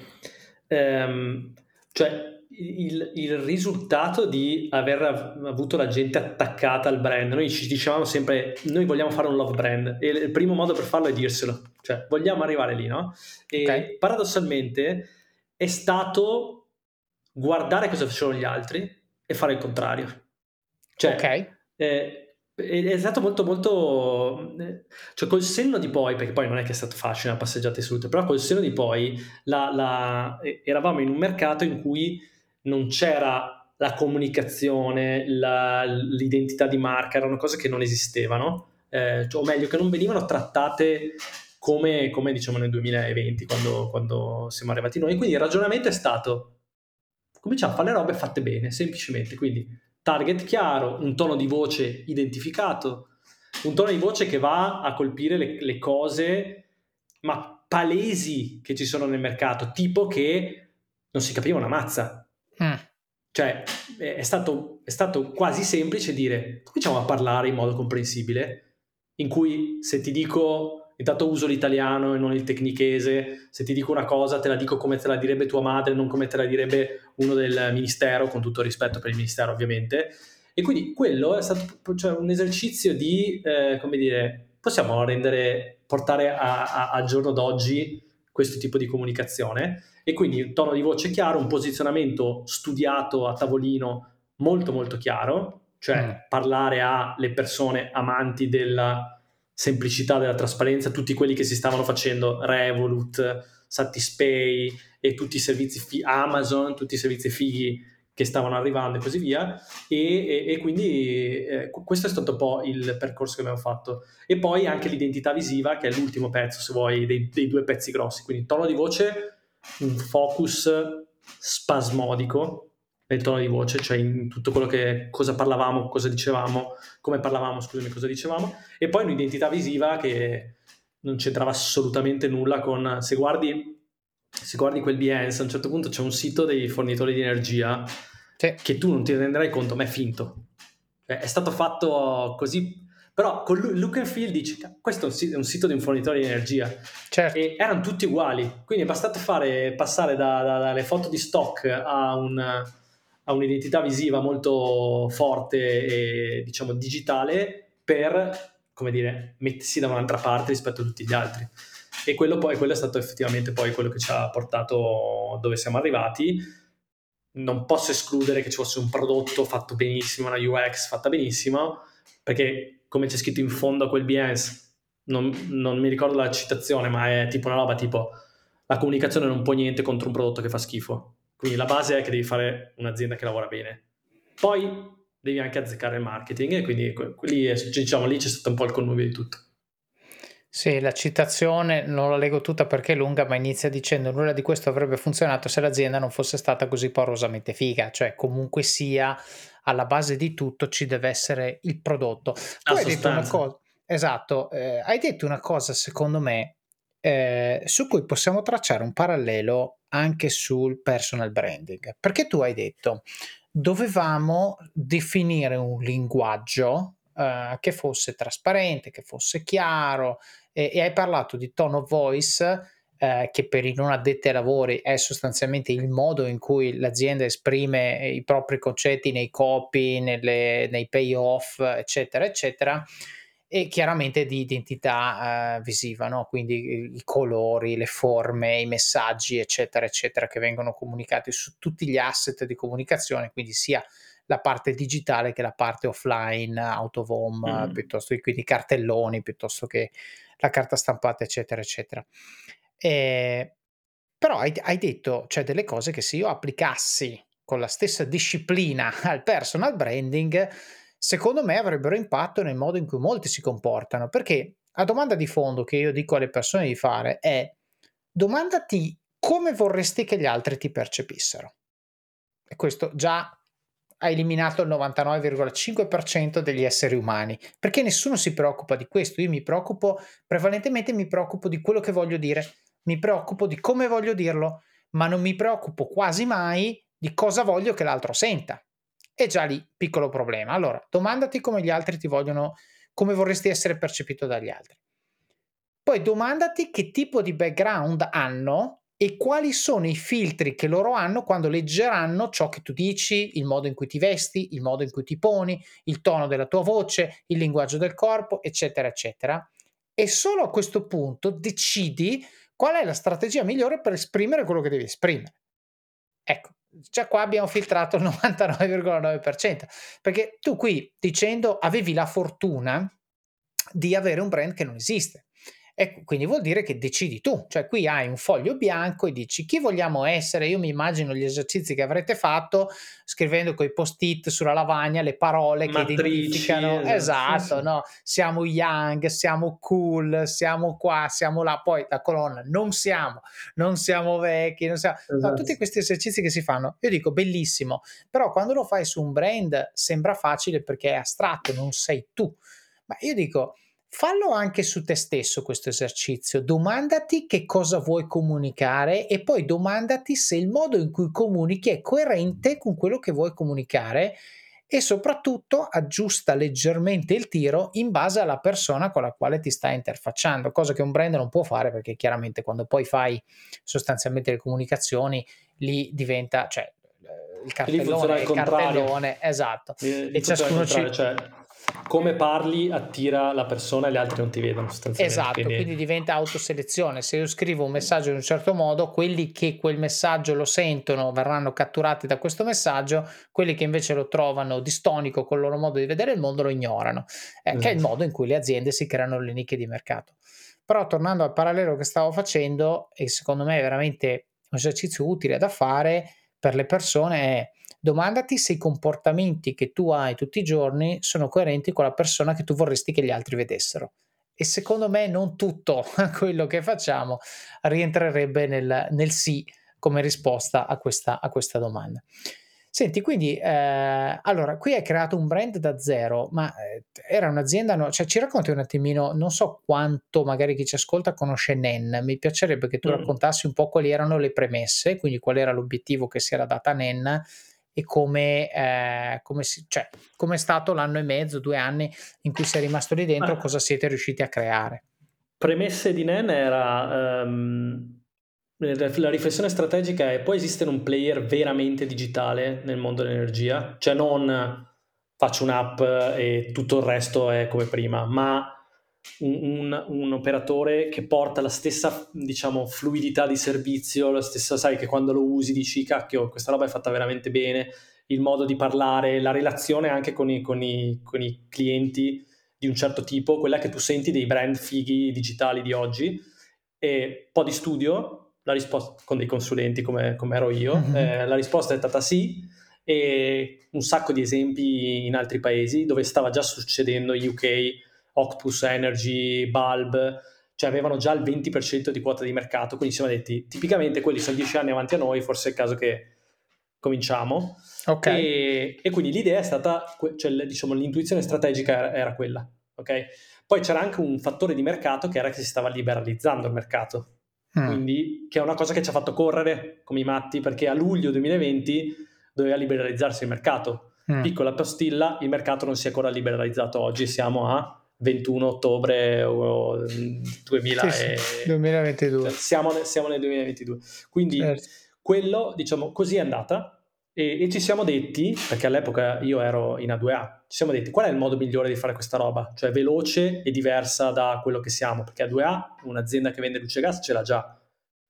cioè il risultato di aver avuto la gente attaccata al brand, noi ci dicevamo sempre: noi vogliamo fare un love brand, e il primo modo per farlo è dirselo, cioè vogliamo arrivare lì, no? Ok? E paradossalmente è stato guardare cosa facevano gli altri e fare il contrario. Ok? Cioè, è stato molto, molto, cioè col senno di poi, perché poi non è che è stato facile una passeggiata di salute, però col senno di poi eravamo in un mercato in cui non c'era la comunicazione, l'identità di marca, erano cose che non esistevano. o meglio che non venivano trattate come diciamo nel 2020 quando siamo arrivati noi. Quindi il ragionamento è stato: cominciamo a fare le robe fatte bene, semplicemente. Quindi target chiaro, un tono di voce identificato, un tono di voce che va a colpire le cose ma palesi che ci sono nel mercato, tipo che non si capiva una mazza. Cioè è stato quasi semplice dire: cominciamo a parlare in modo comprensibile, in cui se ti dico, intanto uso l'italiano e non il tecnichese, se ti dico una cosa te la dico come te la direbbe tua madre, non come te la direbbe uno del ministero, con tutto il rispetto per il ministero ovviamente. E quindi quello è stato, cioè, un esercizio di come dire, possiamo portare a giorno d'oggi questo tipo di comunicazione. E quindi un tono di voce chiaro, un posizionamento studiato a tavolino molto molto chiaro, cioè parlare alle persone amanti della semplicità, della trasparenza, tutti quelli che si stavano facendo Revolut, Satispay e tutti i servizi Amazon, tutti i servizi fighi che stavano arrivando e così via. E quindi questo è stato un po' il percorso che abbiamo fatto. E poi anche l'identità visiva, che è l'ultimo pezzo, se vuoi, dei due pezzi grossi. Quindi tono di voce, un focus spasmodico nel tono di voce, cioè in tutto quello che cosa parlavamo, cosa dicevamo, come parlavamo, scusami, cosa dicevamo, e poi un'identità visiva che non c'entrava assolutamente nulla con, se guardi quel Behance, a un certo punto c'è un sito dei fornitori di energia che tu non ti renderai conto, ma è finto. È stato fatto così, però con look and feel dici: questo è un sito di un fornitore di energia. Certo. E erano tutti uguali, quindi è bastato passare dalle foto di stock a un'identità visiva molto forte e diciamo digitale per, come dire, mettersi da un'altra parte rispetto a tutti gli altri. E quello è stato effettivamente poi quello che ci ha portato dove siamo arrivati. Non posso escludere che ci fosse un prodotto fatto benissimo, una UX fatta benissimo, perché come c'è scritto in fondo a quel Behance, non mi ricordo la citazione, ma è tipo una roba tipo: la comunicazione non può niente contro un prodotto che fa schifo. Quindi la base è che devi fare un'azienda che lavora bene, poi devi anche azzeccare il marketing, e quindi diciamo, lì c'è stato un po' il connubio di tutto. Sì, la citazione non la leggo tutta perché è lunga, ma inizia dicendo: nulla di questo avrebbe funzionato se l'azienda non fosse stata così porosamente figa. Cioè, comunque sia, alla base di tutto ci deve essere il prodotto. Tu hai detto una cosa, esatto, hai detto una cosa secondo me su cui possiamo tracciare un parallelo anche sul personal branding, perché tu hai detto: dovevamo definire un linguaggio che fosse trasparente, che fosse chiaro, e hai parlato di tone of voice, che per i non addetti ai lavori è sostanzialmente il modo in cui l'azienda esprime i propri concetti nei copy, nei payoff, eccetera, eccetera, e chiaramente di identità visiva, no? Quindi i colori, le forme, i messaggi, eccetera, eccetera, che vengono comunicati su tutti gli asset di comunicazione, quindi sia la parte digitale che la parte offline, out of home, piuttosto che quindi cartelloni, piuttosto che la carta stampata, eccetera, eccetera. Però hai detto, cioè, delle cose che se io applicassi con la stessa disciplina al personal branding, secondo me avrebbero impatto nel modo in cui molti si comportano. Perché la domanda di fondo che io dico alle persone di fare è: domandati come vorresti che gli altri ti percepissero. E questo già ha eliminato il 99,5% degli esseri umani, perché nessuno si preoccupa di questo. Io prevalentemente mi preoccupo di quello che voglio dire, mi preoccupo di come voglio dirlo, ma non mi preoccupo quasi mai di cosa voglio che l'altro senta. E già lì, piccolo problema. Allora, domandati come gli altri ti vogliono, come vorresti essere percepito dagli altri. Poi domandati che tipo di background hanno e quali sono i filtri che loro hanno quando leggeranno ciò che tu dici, il modo in cui ti vesti, il modo in cui ti poni, il tono della tua voce, il linguaggio del corpo, eccetera, eccetera. E solo a questo punto decidi qual è la strategia migliore per esprimere quello che devi esprimere. Ecco, già qua abbiamo filtrato il 99,9%, perché tu qui dicendo avevi la fortuna di avere un brand che non esiste. E quindi vuol dire che decidi tu, cioè qui hai un foglio bianco e dici chi vogliamo essere. Io mi immagino gli esercizi che avrete fatto scrivendo coi post-it sulla lavagna le parole che Matrici, identificano, esatto, sì, esatto, sì. no? Siamo young, siamo cool, siamo qua, siamo là, poi la colonna non siamo vecchi, non siamo... No, tutti Esatto. questi esercizi che si fanno, io dico bellissimo, però quando lo fai su un brand sembra facile perché è astratto, non sei tu. Ma io dico, fallo anche su te stesso questo esercizio, domandati che cosa vuoi comunicare e poi domandati se il modo in cui comunichi è coerente con quello che vuoi comunicare e soprattutto aggiusta leggermente il tiro in base alla persona con la quale ti stai interfacciando, cosa che un brand non può fare perché chiaramente quando poi fai sostanzialmente le comunicazioni lì diventa, cioè il E lì funziona cartellone è al il contrario. cartellone, esatto, Lì e funziona al ciascuno ci... contrario, cioè come parli attira la persona e gli altri non ti vedono sostanzialmente. Esatto, quindi diventa autoselezione. Se io scrivo un messaggio in un certo modo, quelli che quel messaggio lo sentono verranno catturati da questo messaggio, quelli che invece lo trovano distonico col loro modo di vedere il mondo lo ignorano, che è il Esatto. modo in cui le aziende si creano le nicchie di mercato. Però tornando al parallelo che stavo facendo, e secondo me è veramente un esercizio utile da fare per le persone, è domandati se i comportamenti che tu hai tutti i giorni sono coerenti con la persona che tu vorresti che gli altri vedessero. E secondo me non tutto quello che facciamo rientrerebbe nel sì come risposta a questa domanda. Senti, quindi, allora qui hai creato un brand da zero, ma, era un'azienda, no, cioè ci racconti un attimino, non so quanto magari chi ci ascolta conosce NEN, mi piacerebbe che tu Mm. raccontassi un po' quali erano le premesse, quindi qual era l'obiettivo che si era data NEN e come si, cioè com'è stato l'anno e mezzo, 2 anni in cui sei rimasto lì dentro, Ma cosa siete riusciti a creare? premesse di NEN era la riflessione strategica è: può esistere un player veramente digitale nel mondo dell'energia? Cioè non faccio un'app e tutto il resto è come prima, ma un operatore che porta la stessa, diciamo, fluidità di servizio, la stessa, sai, che quando lo usi dici cacchio, questa roba è fatta veramente bene, il modo di parlare, la relazione anche con i clienti di un certo tipo, quella che tu senti dei brand fighi digitali di oggi. E un po' di studio, la risposta con dei consulenti come ero io, Mh-mh. la risposta è stata sì, e un sacco di esempi in altri paesi dove stava già succedendo, UK, Octopus Energy, Bulb, cioè avevano già il 20% di quota di mercato, quindi ci siamo detti tipicamente quelli sono 10 anni avanti a noi, forse è il caso che cominciamo. Okay. E quindi l'idea è stata, cioè, diciamo, l'intuizione strategica era quella, ok? Poi c'era anche un fattore di mercato che era che si stava liberalizzando il mercato, Mh. quindi che è una cosa che ci ha fatto correre come i matti, perché a luglio 2020 doveva liberalizzarsi il mercato. Mh. Piccola postilla, il mercato non si è ancora liberalizzato oggi, siamo a 21 ottobre 2000 Sì, sì, 2022. siamo nel 2022. Quindi Certo. quello, diciamo, così è andata. E ci siamo detti, perché all'epoca io ero in A2A, ci siamo detti qual è il modo migliore di fare questa roba, cioè veloce e diversa da quello che siamo, perché A2A, un'azienda che vende luce e gas, ce l'ha già.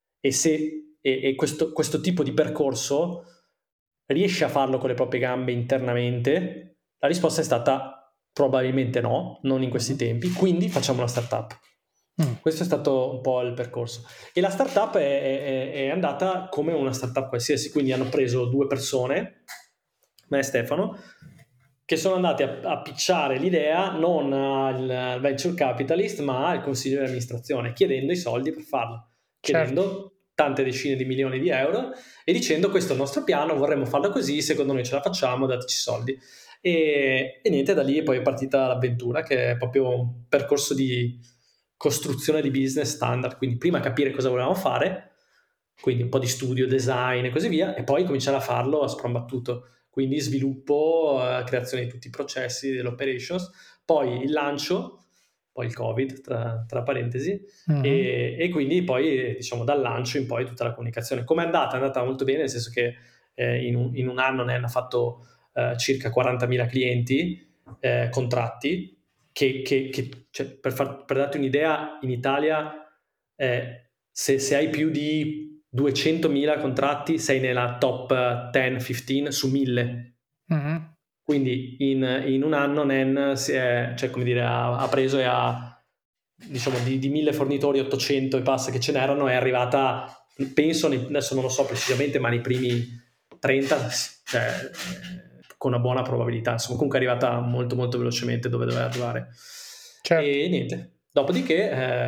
E questo tipo di percorso riesce a farlo con le proprie gambe internamente? La risposta è stata probabilmente no, non in questi tempi, quindi facciamo una startup. Mh. Questo è stato un po' il percorso. E la startup è andata come una startup qualsiasi, quindi hanno preso 2 persone, me e Stefano, che sono andati a pitchare l'idea non al venture capitalist, ma al consiglio di amministrazione, chiedendo i soldi per farlo, Certo. chiedendo tante decine di milioni di euro e dicendo questo è il nostro piano, vorremmo farlo così, secondo noi ce la facciamo, dateci soldi. E niente, da lì poi è partita l'avventura, che è proprio un percorso di costruzione di business standard, quindi prima capire cosa volevamo fare, quindi un po' di studio, design e così via, e poi cominciare a farlo a sprombattuto, quindi sviluppo, creazione di tutti i processi dell'operations, poi il lancio, poi il Covid, tra parentesi, Mh-mh. e quindi poi, diciamo, dal lancio in poi tutta la comunicazione. Come è andata? È andata molto bene, nel senso che in un anno ne hanno fatto circa 40.000 clienti, contratti, cioè, per darti un'idea, in Italia se hai più di 200.000 contratti sei nella top 10-15 su 1000. Mh-mh. Quindi in un anno NEN cioè, come dire, ha preso e ha diciamo di 1000 fornitori, 800 e passa che ce n'erano, è arrivata, penso, adesso non lo so precisamente, ma nei primi 30, cioè, con una buona probabilità, insomma, comunque è arrivata molto molto velocemente dove doveva arrivare. Certo. E niente, dopodiché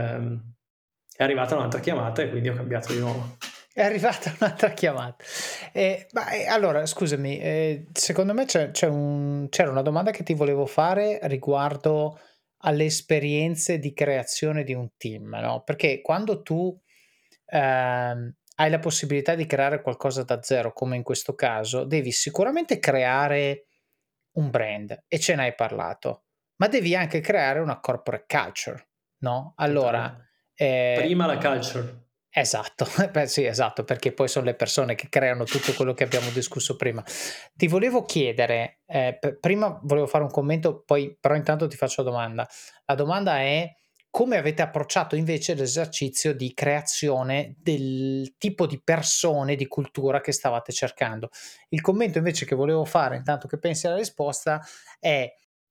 è arrivata un'altra chiamata e quindi ho cambiato di nuovo. È arrivata un'altra chiamata. Allora, scusami, secondo me c'era una domanda che ti volevo fare riguardo alle esperienze di creazione di un team, no? Perché quando tu hai la possibilità di creare qualcosa da zero, come in questo caso, devi sicuramente creare un brand e ce n'hai parlato, ma devi anche creare una corporate culture, no? Allora, Prima la culture. esatto, beh sì, esatto, perché poi sono le persone che creano tutto quello che abbiamo discusso prima. Ti volevo chiedere, prima volevo fare un commento, poi però intanto ti faccio la domanda. La domanda è: come avete approcciato invece l'esercizio di creazione del tipo di persone, di cultura che stavate cercando? Il commento invece che volevo fare, intanto che pensi alla risposta, è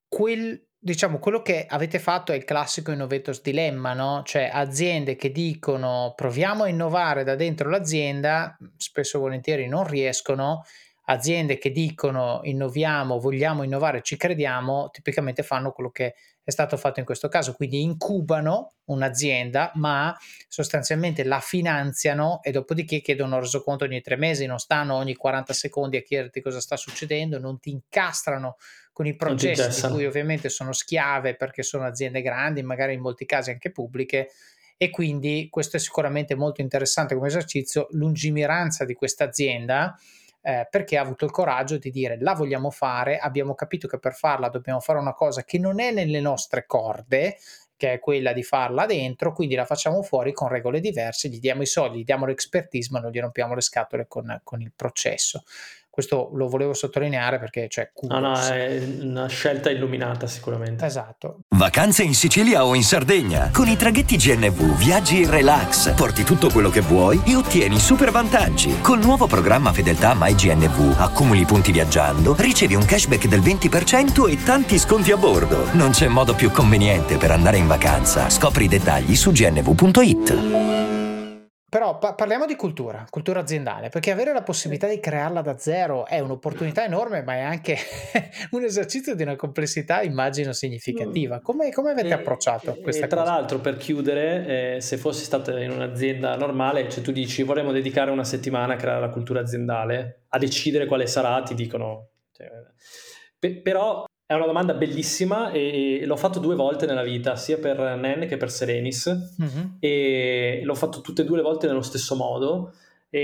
diciamo, quello che avete fatto è il classico innovator's dilemma, no? Cioè aziende che dicono proviamo a innovare da dentro l'azienda, spesso e volentieri non riescono. Aziende che dicono innoviamo, vogliamo innovare, ci crediamo, tipicamente fanno quello che è stato fatto in questo caso, quindi incubano un'azienda, ma sostanzialmente la finanziano e dopodiché chiedono il resoconto ogni 3 mesi, non stanno ogni 40 secondi a chiederti cosa sta succedendo, non ti incastrano con i Non ti processi di cui ingessano. ovviamente sono schiave perché sono aziende grandi, magari in molti casi anche pubbliche, e quindi questo è sicuramente molto interessante come esercizio, lungimiranza di questa azienda, perché ha avuto il coraggio di dire la vogliamo fare, abbiamo capito che per farla dobbiamo fare una cosa che non è nelle nostre corde, che è quella di farla dentro, quindi la facciamo fuori con regole diverse, gli diamo i soldi, gli diamo l'expertise, ma non gli rompiamo le scatole con il processo. Questo lo volevo sottolineare perché c'è No, kudos. è una scelta illuminata sicuramente. Esatto. Vacanze in Sicilia o in Sardegna. Con i traghetti GNV viaggi in relax, porti tutto quello che vuoi e ottieni super vantaggi. Col nuovo programma Fedeltà MyGNV accumuli punti viaggiando, ricevi un cashback del 20% e tanti sconti a bordo. Non c'è modo più conveniente per andare in vacanza. Scopri i dettagli su gnv.it. Però parliamo di cultura aziendale, perché avere la possibilità di crearla da zero è un'opportunità enorme, ma è anche un esercizio di una complessità, immagino, significativa. Come avete approcciato questa tra cosa? l'altro, per chiudere, se fossi stato in un'azienda normale, cioè tu dici vorremmo dedicare una settimana a creare la cultura aziendale, a decidere quale sarà, ti dicono. Cioè, però è una domanda bellissima e l'ho fatto 2 volte nella vita, sia per Nen che per Serenis, e l'ho fatto tutte e 2 le volte nello stesso modo.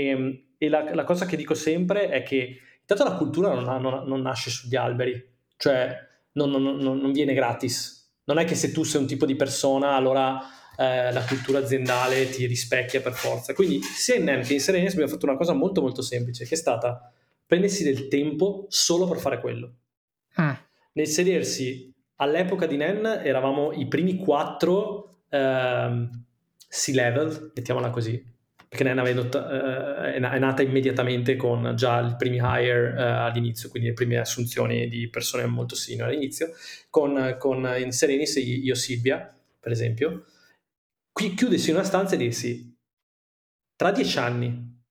E la cosa che dico sempre è che intanto la cultura non nasce sugli alberi, cioè non viene gratis. Non è che se tu sei un tipo di persona allora la cultura aziendale ti rispecchia per forza. Quindi sia in Nen che in Serenis abbiamo fatto una cosa molto molto semplice, che è stata prendersi del tempo solo per fare quello. Nel sedersi, all'epoca di Nen eravamo i primi 4 C-level, mettiamola così, perché Nen è nata immediatamente con già i primi hire all'inizio, quindi le prime assunzioni di persone molto senior all'inizio, con in Serenis io Silvia, per esempio, qui chiudersi in una stanza e dirsi tra 10 anni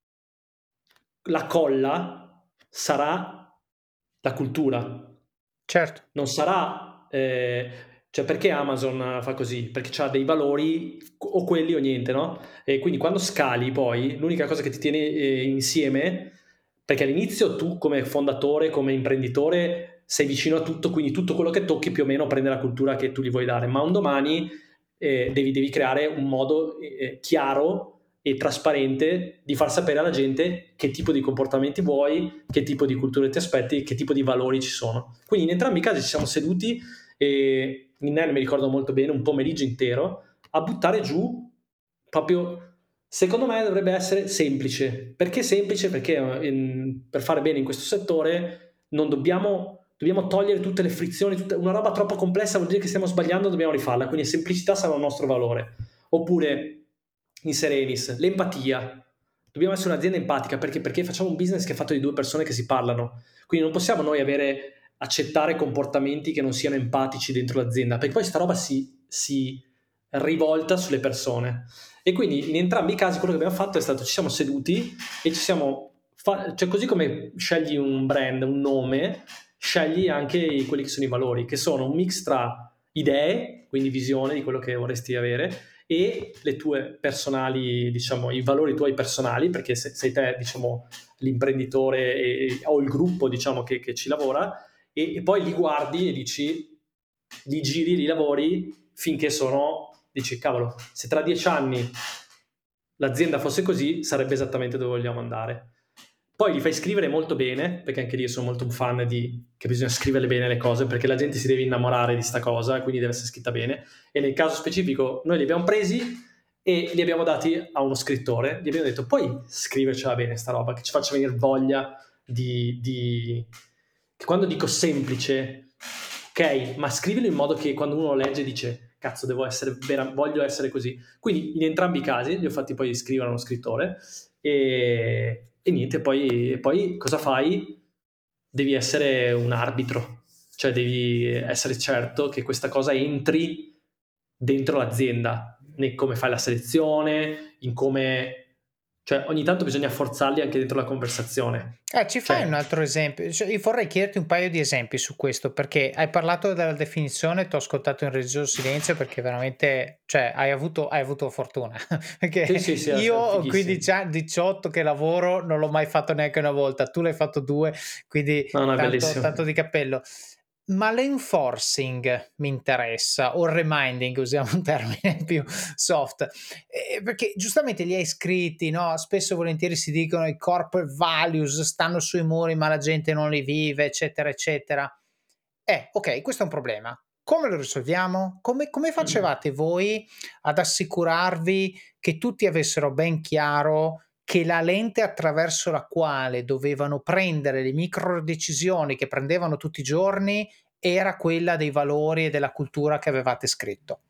la colla sarà la cultura. Certo. Non sarà, cioè perché Amazon fa così? Perché ha dei valori o quelli o niente, no? E quindi quando scali poi, l'unica cosa che ti tiene insieme, perché all'inizio tu come fondatore, come imprenditore, sei vicino a tutto, quindi tutto quello che tocchi più o meno prende la cultura che tu gli vuoi dare, ma un domani devi creare un modo chiaro e trasparente di far sapere alla gente che tipo di comportamenti vuoi, che tipo di culture ti aspetti, che tipo di valori ci sono. Quindi in entrambi i casi ci siamo seduti e in Nen mi ricordo molto bene un pomeriggio intero a buttare giù proprio, secondo me dovrebbe essere semplice. Perché semplice? Perché per fare bene in questo settore non dobbiamo togliere tutte le frizioni, una roba troppo complessa vuol dire che stiamo sbagliando, dobbiamo rifarla, quindi semplicità sarà il nostro valore. Oppure in Serenis, l'empatia. Dobbiamo essere un'azienda empatica perché facciamo un business che è fatto di 2 persone che si parlano, quindi non possiamo noi accettare comportamenti che non siano empatici dentro l'azienda, perché poi sta roba si rivolta sulle persone. E quindi in entrambi i casi quello che abbiamo fatto è stato: ci siamo seduti e ci siamo cioè, così come scegli un brand, un nome, scegli anche quelli che sono i valori, che sono un mix tra idee, quindi visione di quello che vorresti avere, e le tue personali, diciamo, i valori tuoi personali, perché sei te, diciamo, l'imprenditore o il gruppo, diciamo, che ci lavora, e poi li guardi e dici, li giri, li lavori finché dici, cavolo, se tra 10 anni l'azienda fosse così, sarebbe esattamente dove vogliamo andare. Poi li fai scrivere molto bene, perché anche lì io sono molto un fan che bisogna scriverle bene le cose, perché la gente si deve innamorare di sta cosa e quindi deve essere scritta bene. E nel caso specifico noi li abbiamo presi e li abbiamo dati a uno scrittore, gli abbiamo detto: puoi scrivercela bene sta roba, che ci faccia venire voglia che quando dico semplice, ok, ma scrivilo in modo che quando uno lo legge dice: cazzo, voglio essere così. Quindi in entrambi i casi li ho fatti poi scrivere a uno scrittore e niente, poi cosa fai? Devi essere un arbitro, cioè devi essere certo che questa cosa entri dentro l'azienda, né come fai la selezione, cioè ogni tanto bisogna forzarli anche dentro la conversazione. Ci fai un altro esempio? Cioè, io vorrei chiederti un paio di esempi su questo, perché hai parlato della definizione, ti ho ascoltato in religioso silenzio, perché veramente, cioè, hai avuto fortuna. Perché sì, io ho 15 anni, 18 che lavoro, non l'ho mai fatto neanche una volta, tu l'hai fatto 2, quindi tanto di cappello. Ma l'enforcing mi interessa, o il reminding, usiamo un termine più soft, perché giustamente li hai scritti, no? Spesso e volentieri si dicono i corporate values stanno sui muri ma la gente non li vive, eccetera eccetera. Ok, questo è un problema. Come lo risolviamo? Come facevate voi ad assicurarvi che tutti avessero ben chiaro che la lente attraverso la quale dovevano prendere le micro decisioni che prendevano tutti i giorni era quella dei valori e della cultura che avevate scritto?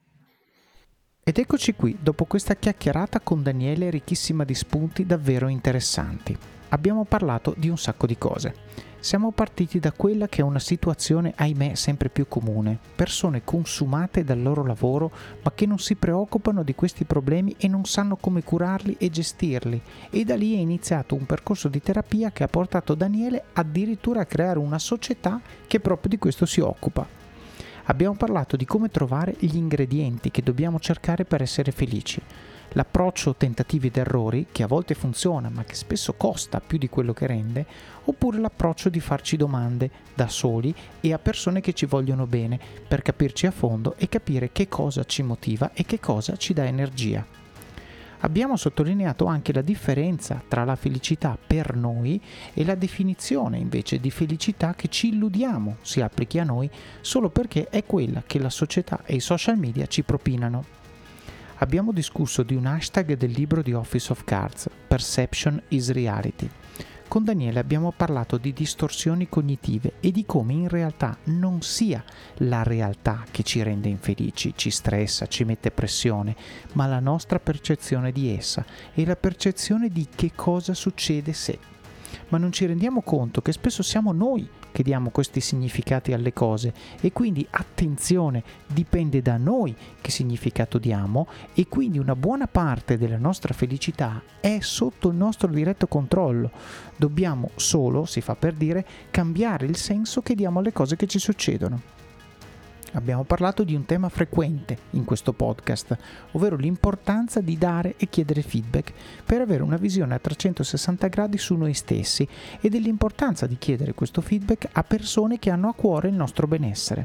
Ed eccoci qui, dopo questa chiacchierata con Daniele ricchissima di spunti davvero interessanti. Abbiamo parlato di un sacco di cose. Siamo partiti da quella che è una situazione, ahimè, sempre più comune. Persone consumate dal loro lavoro, ma che non si preoccupano di questi problemi e non sanno come curarli e gestirli. E da lì è iniziato un percorso di terapia che ha portato Daniele addirittura a creare una società che proprio di questo si occupa. Abbiamo parlato di come trovare gli ingredienti che dobbiamo cercare per essere felici. L'approccio tentativi ed errori, che a volte funziona ma che spesso costa più di quello che rende, oppure l'approccio di farci domande da soli e a persone che ci vogliono bene per capirci a fondo e capire che cosa ci motiva e che cosa ci dà energia. Abbiamo sottolineato anche la differenza tra la felicità per noi e la definizione invece di felicità che ci illudiamo si applichi a noi solo perché è quella che la società e i social media ci propinano. Abbiamo discusso di un hashtag del libro di Office of Cards, Perception is Reality. Con Daniele abbiamo parlato di distorsioni cognitive e di come in realtà non sia la realtà che ci rende infelici, ci stressa, ci mette pressione, ma la nostra percezione di essa e la percezione di che cosa succede se. Ma non ci rendiamo conto che spesso siamo noi che diamo questi significati alle cose e quindi attenzione, dipende da noi che significato diamo e quindi una buona parte della nostra felicità è sotto il nostro diretto controllo. Dobbiamo solo, si fa per dire, cambiare il senso che diamo alle cose che ci succedono. Abbiamo parlato di un tema frequente in questo podcast, ovvero l'importanza di dare e chiedere feedback per avere una visione a 360 gradi su noi stessi e dell'importanza di chiedere questo feedback a persone che hanno a cuore il nostro benessere.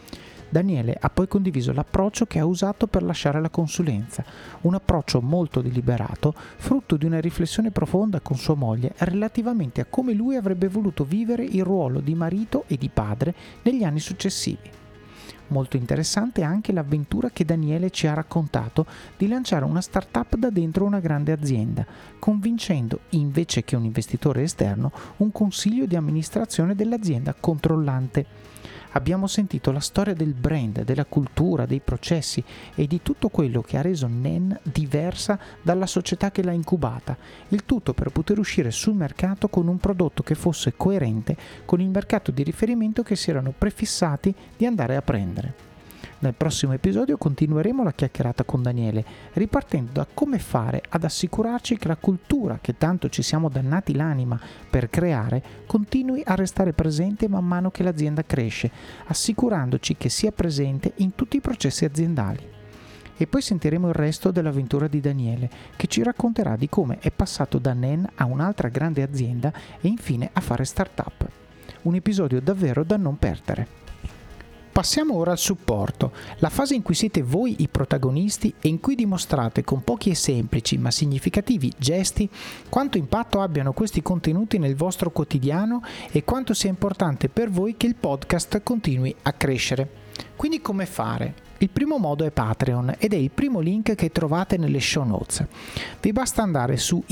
Daniele ha poi condiviso l'approccio che ha usato per lasciare la consulenza, un approccio molto deliberato, frutto di una riflessione profonda con sua moglie relativamente a come lui avrebbe voluto vivere il ruolo di marito e di padre negli anni successivi. Molto interessante anche l'avventura che Daniele ci ha raccontato di lanciare una startup da dentro una grande azienda, convincendo, invece che un investitore esterno, un consiglio di amministrazione dell'azienda controllante. Abbiamo sentito la storia del brand, della cultura, dei processi e di tutto quello che ha reso NEN diversa dalla società che l'ha incubata, il tutto per poter uscire sul mercato con un prodotto che fosse coerente con il mercato di riferimento che si erano prefissati di andare a prendere. Nel prossimo episodio continueremo la chiacchierata con Daniele, ripartendo da come fare ad assicurarci che la cultura che tanto ci siamo dannati l'anima per creare continui a restare presente man mano che l'azienda cresce, assicurandoci che sia presente in tutti i processi aziendali. E poi sentiremo il resto dell'avventura di Daniele, che ci racconterà di come è passato da NEN a un'altra grande azienda e infine a fare startup. Un episodio davvero da non perdere. Passiamo ora al supporto, la fase in cui siete voi i protagonisti e in cui dimostrate con pochi e semplici ma significativi gesti quanto impatto abbiano questi contenuti nel vostro quotidiano e quanto sia importante per voi che il podcast continui a crescere. Quindi come fare? Il primo modo è Patreon ed è il primo link che trovate nelle show notes. Vi basta andare su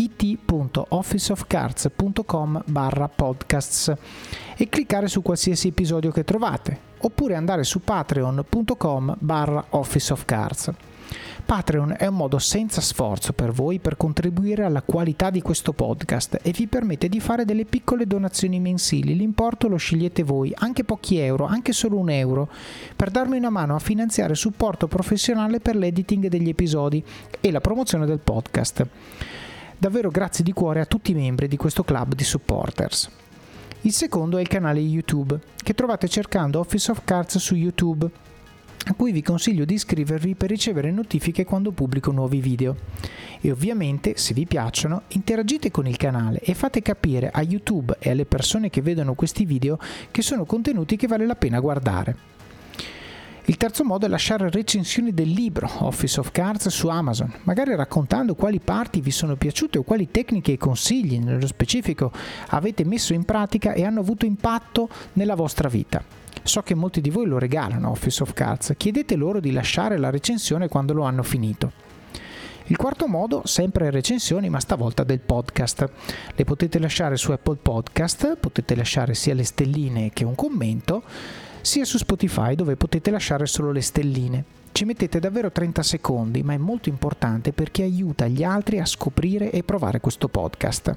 it.officeofcards.com/podcasts e cliccare su qualsiasi episodio che trovate, oppure andare su patreon.com/officeofcards. Patreon è un modo senza sforzo per voi per contribuire alla qualità di questo podcast e vi permette di fare delle piccole donazioni mensili. L'importo lo scegliete voi, anche pochi euro, anche solo €1, per darmi una mano a finanziare supporto professionale per l'editing degli episodi e la promozione del podcast. Davvero grazie di cuore a tutti i membri di questo club di supporters. Il secondo è il canale YouTube, che trovate cercando Office of Cards su YouTube, a cui vi consiglio di iscrivervi per ricevere notifiche quando pubblico nuovi video. E ovviamente, se vi piacciono, interagite con il canale e fate capire a YouTube e alle persone che vedono questi video che sono contenuti che vale la pena guardare. Il terzo modo è lasciare recensioni del libro Office of Cards su Amazon, magari raccontando quali parti vi sono piaciute o quali tecniche e consigli, nello specifico, avete messo in pratica e hanno avuto impatto nella vostra vita. So che molti di voi lo regalano Office of Cards, chiedete loro di lasciare la recensione quando lo hanno finito. Il quarto modo, sempre recensioni, ma stavolta del podcast. Le potete lasciare su Apple Podcast, potete lasciare sia le stelline che un commento, sia su Spotify dove potete lasciare solo le stelline. Ci mettete davvero 30 secondi, ma è molto importante perché aiuta gli altri a scoprire e provare questo podcast.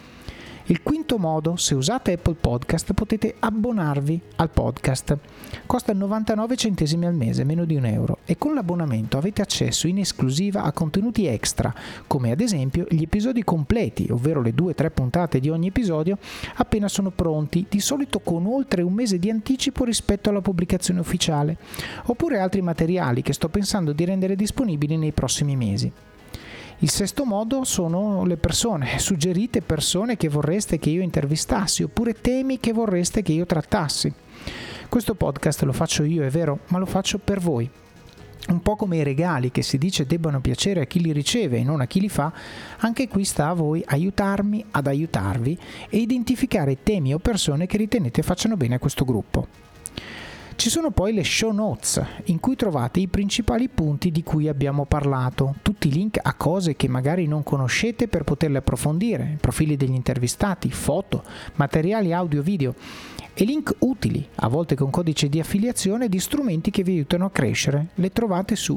Il quinto modo, se usate Apple Podcast potete abbonarvi al podcast. Costa 99 centesimi al mese, meno di €1, e con l'abbonamento avete accesso in esclusiva a contenuti extra, come ad esempio gli episodi completi, ovvero le 2-3 puntate di ogni episodio appena sono pronti, di solito con oltre un mese di anticipo rispetto alla pubblicazione ufficiale, oppure altri materiali che sto pensando di rendere disponibili nei prossimi mesi. Il sesto modo sono le persone, suggerite persone che vorreste che io intervistassi oppure temi che vorreste che io trattassi. Questo podcast lo faccio io, è vero, ma lo faccio per voi. Un po' come i regali che si dice debbano piacere a chi li riceve e non a chi li fa, anche qui sta a voi aiutarmi ad aiutarvi e identificare temi o persone che ritenete facciano bene a questo gruppo. Ci sono poi le show notes, in cui trovate i principali punti di cui abbiamo parlato, tutti i link a cose che magari non conoscete per poterle approfondire, profili degli intervistati, foto, materiali audio-video e link utili, a volte con codice di affiliazione, di strumenti che vi aiutano a crescere. Le trovate su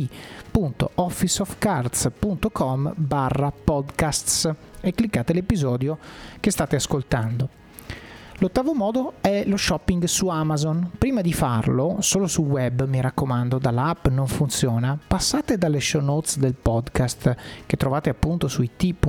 it.officeofcards.com/podcasts e cliccate l'episodio che state ascoltando. L'ottavo modo è lo shopping su Amazon. Prima di farlo, solo sul web, mi raccomando, dall'app non funziona, passate dalle show notes del podcast che trovate appunto su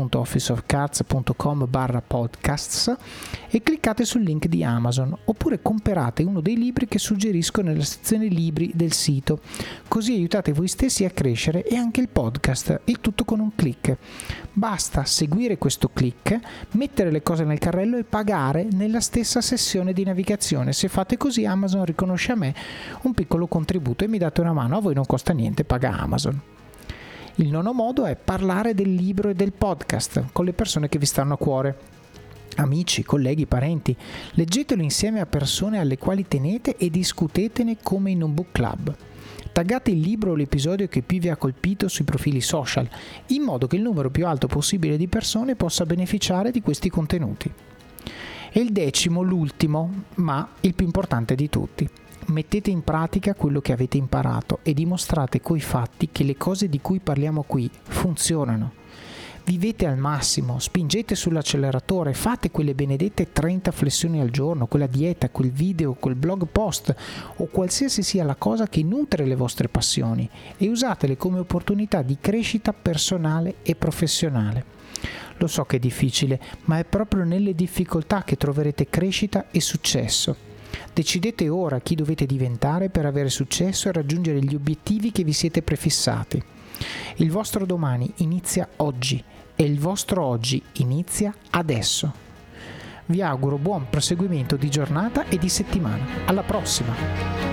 it.officeofcards.com/podcasts e cliccate sul link di Amazon, oppure comprate uno dei libri che suggerisco nella sezione libri del sito, così aiutate voi stessi a crescere e anche il podcast, il tutto con un click. Basta seguire questo click, mettere le cose nel carrello e pagare nella stessa sessione di navigazione. Se fate così, Amazon riconosce a me un piccolo contributo e mi date una mano. A voi non costa niente, paga Amazon. Il nono modo è parlare del libro e del podcast con le persone che vi stanno a cuore. Amici, colleghi, parenti, leggetelo insieme a persone alle quali tenete e discutetene come in un book club. Taggate il libro o l'episodio che più vi ha colpito sui profili social, in modo che il numero più alto possibile di persone possa beneficiare di questi contenuti. E il decimo, l'ultimo, ma il più importante di tutti. Mettete in pratica quello che avete imparato e dimostrate coi fatti che le cose di cui parliamo qui funzionano. Vivete al massimo, spingete sull'acceleratore, fate quelle benedette 30 flessioni al giorno, quella dieta, quel video, quel blog post o qualsiasi sia la cosa che nutre le vostre passioni e usatele come opportunità di crescita personale e professionale. Lo so che è difficile, ma è proprio nelle difficoltà che troverete crescita e successo. Decidete ora chi dovete diventare per avere successo e raggiungere gli obiettivi che vi siete prefissati. Il vostro domani inizia oggi e il vostro oggi inizia adesso. Vi auguro buon proseguimento di giornata e di settimana. Alla prossima!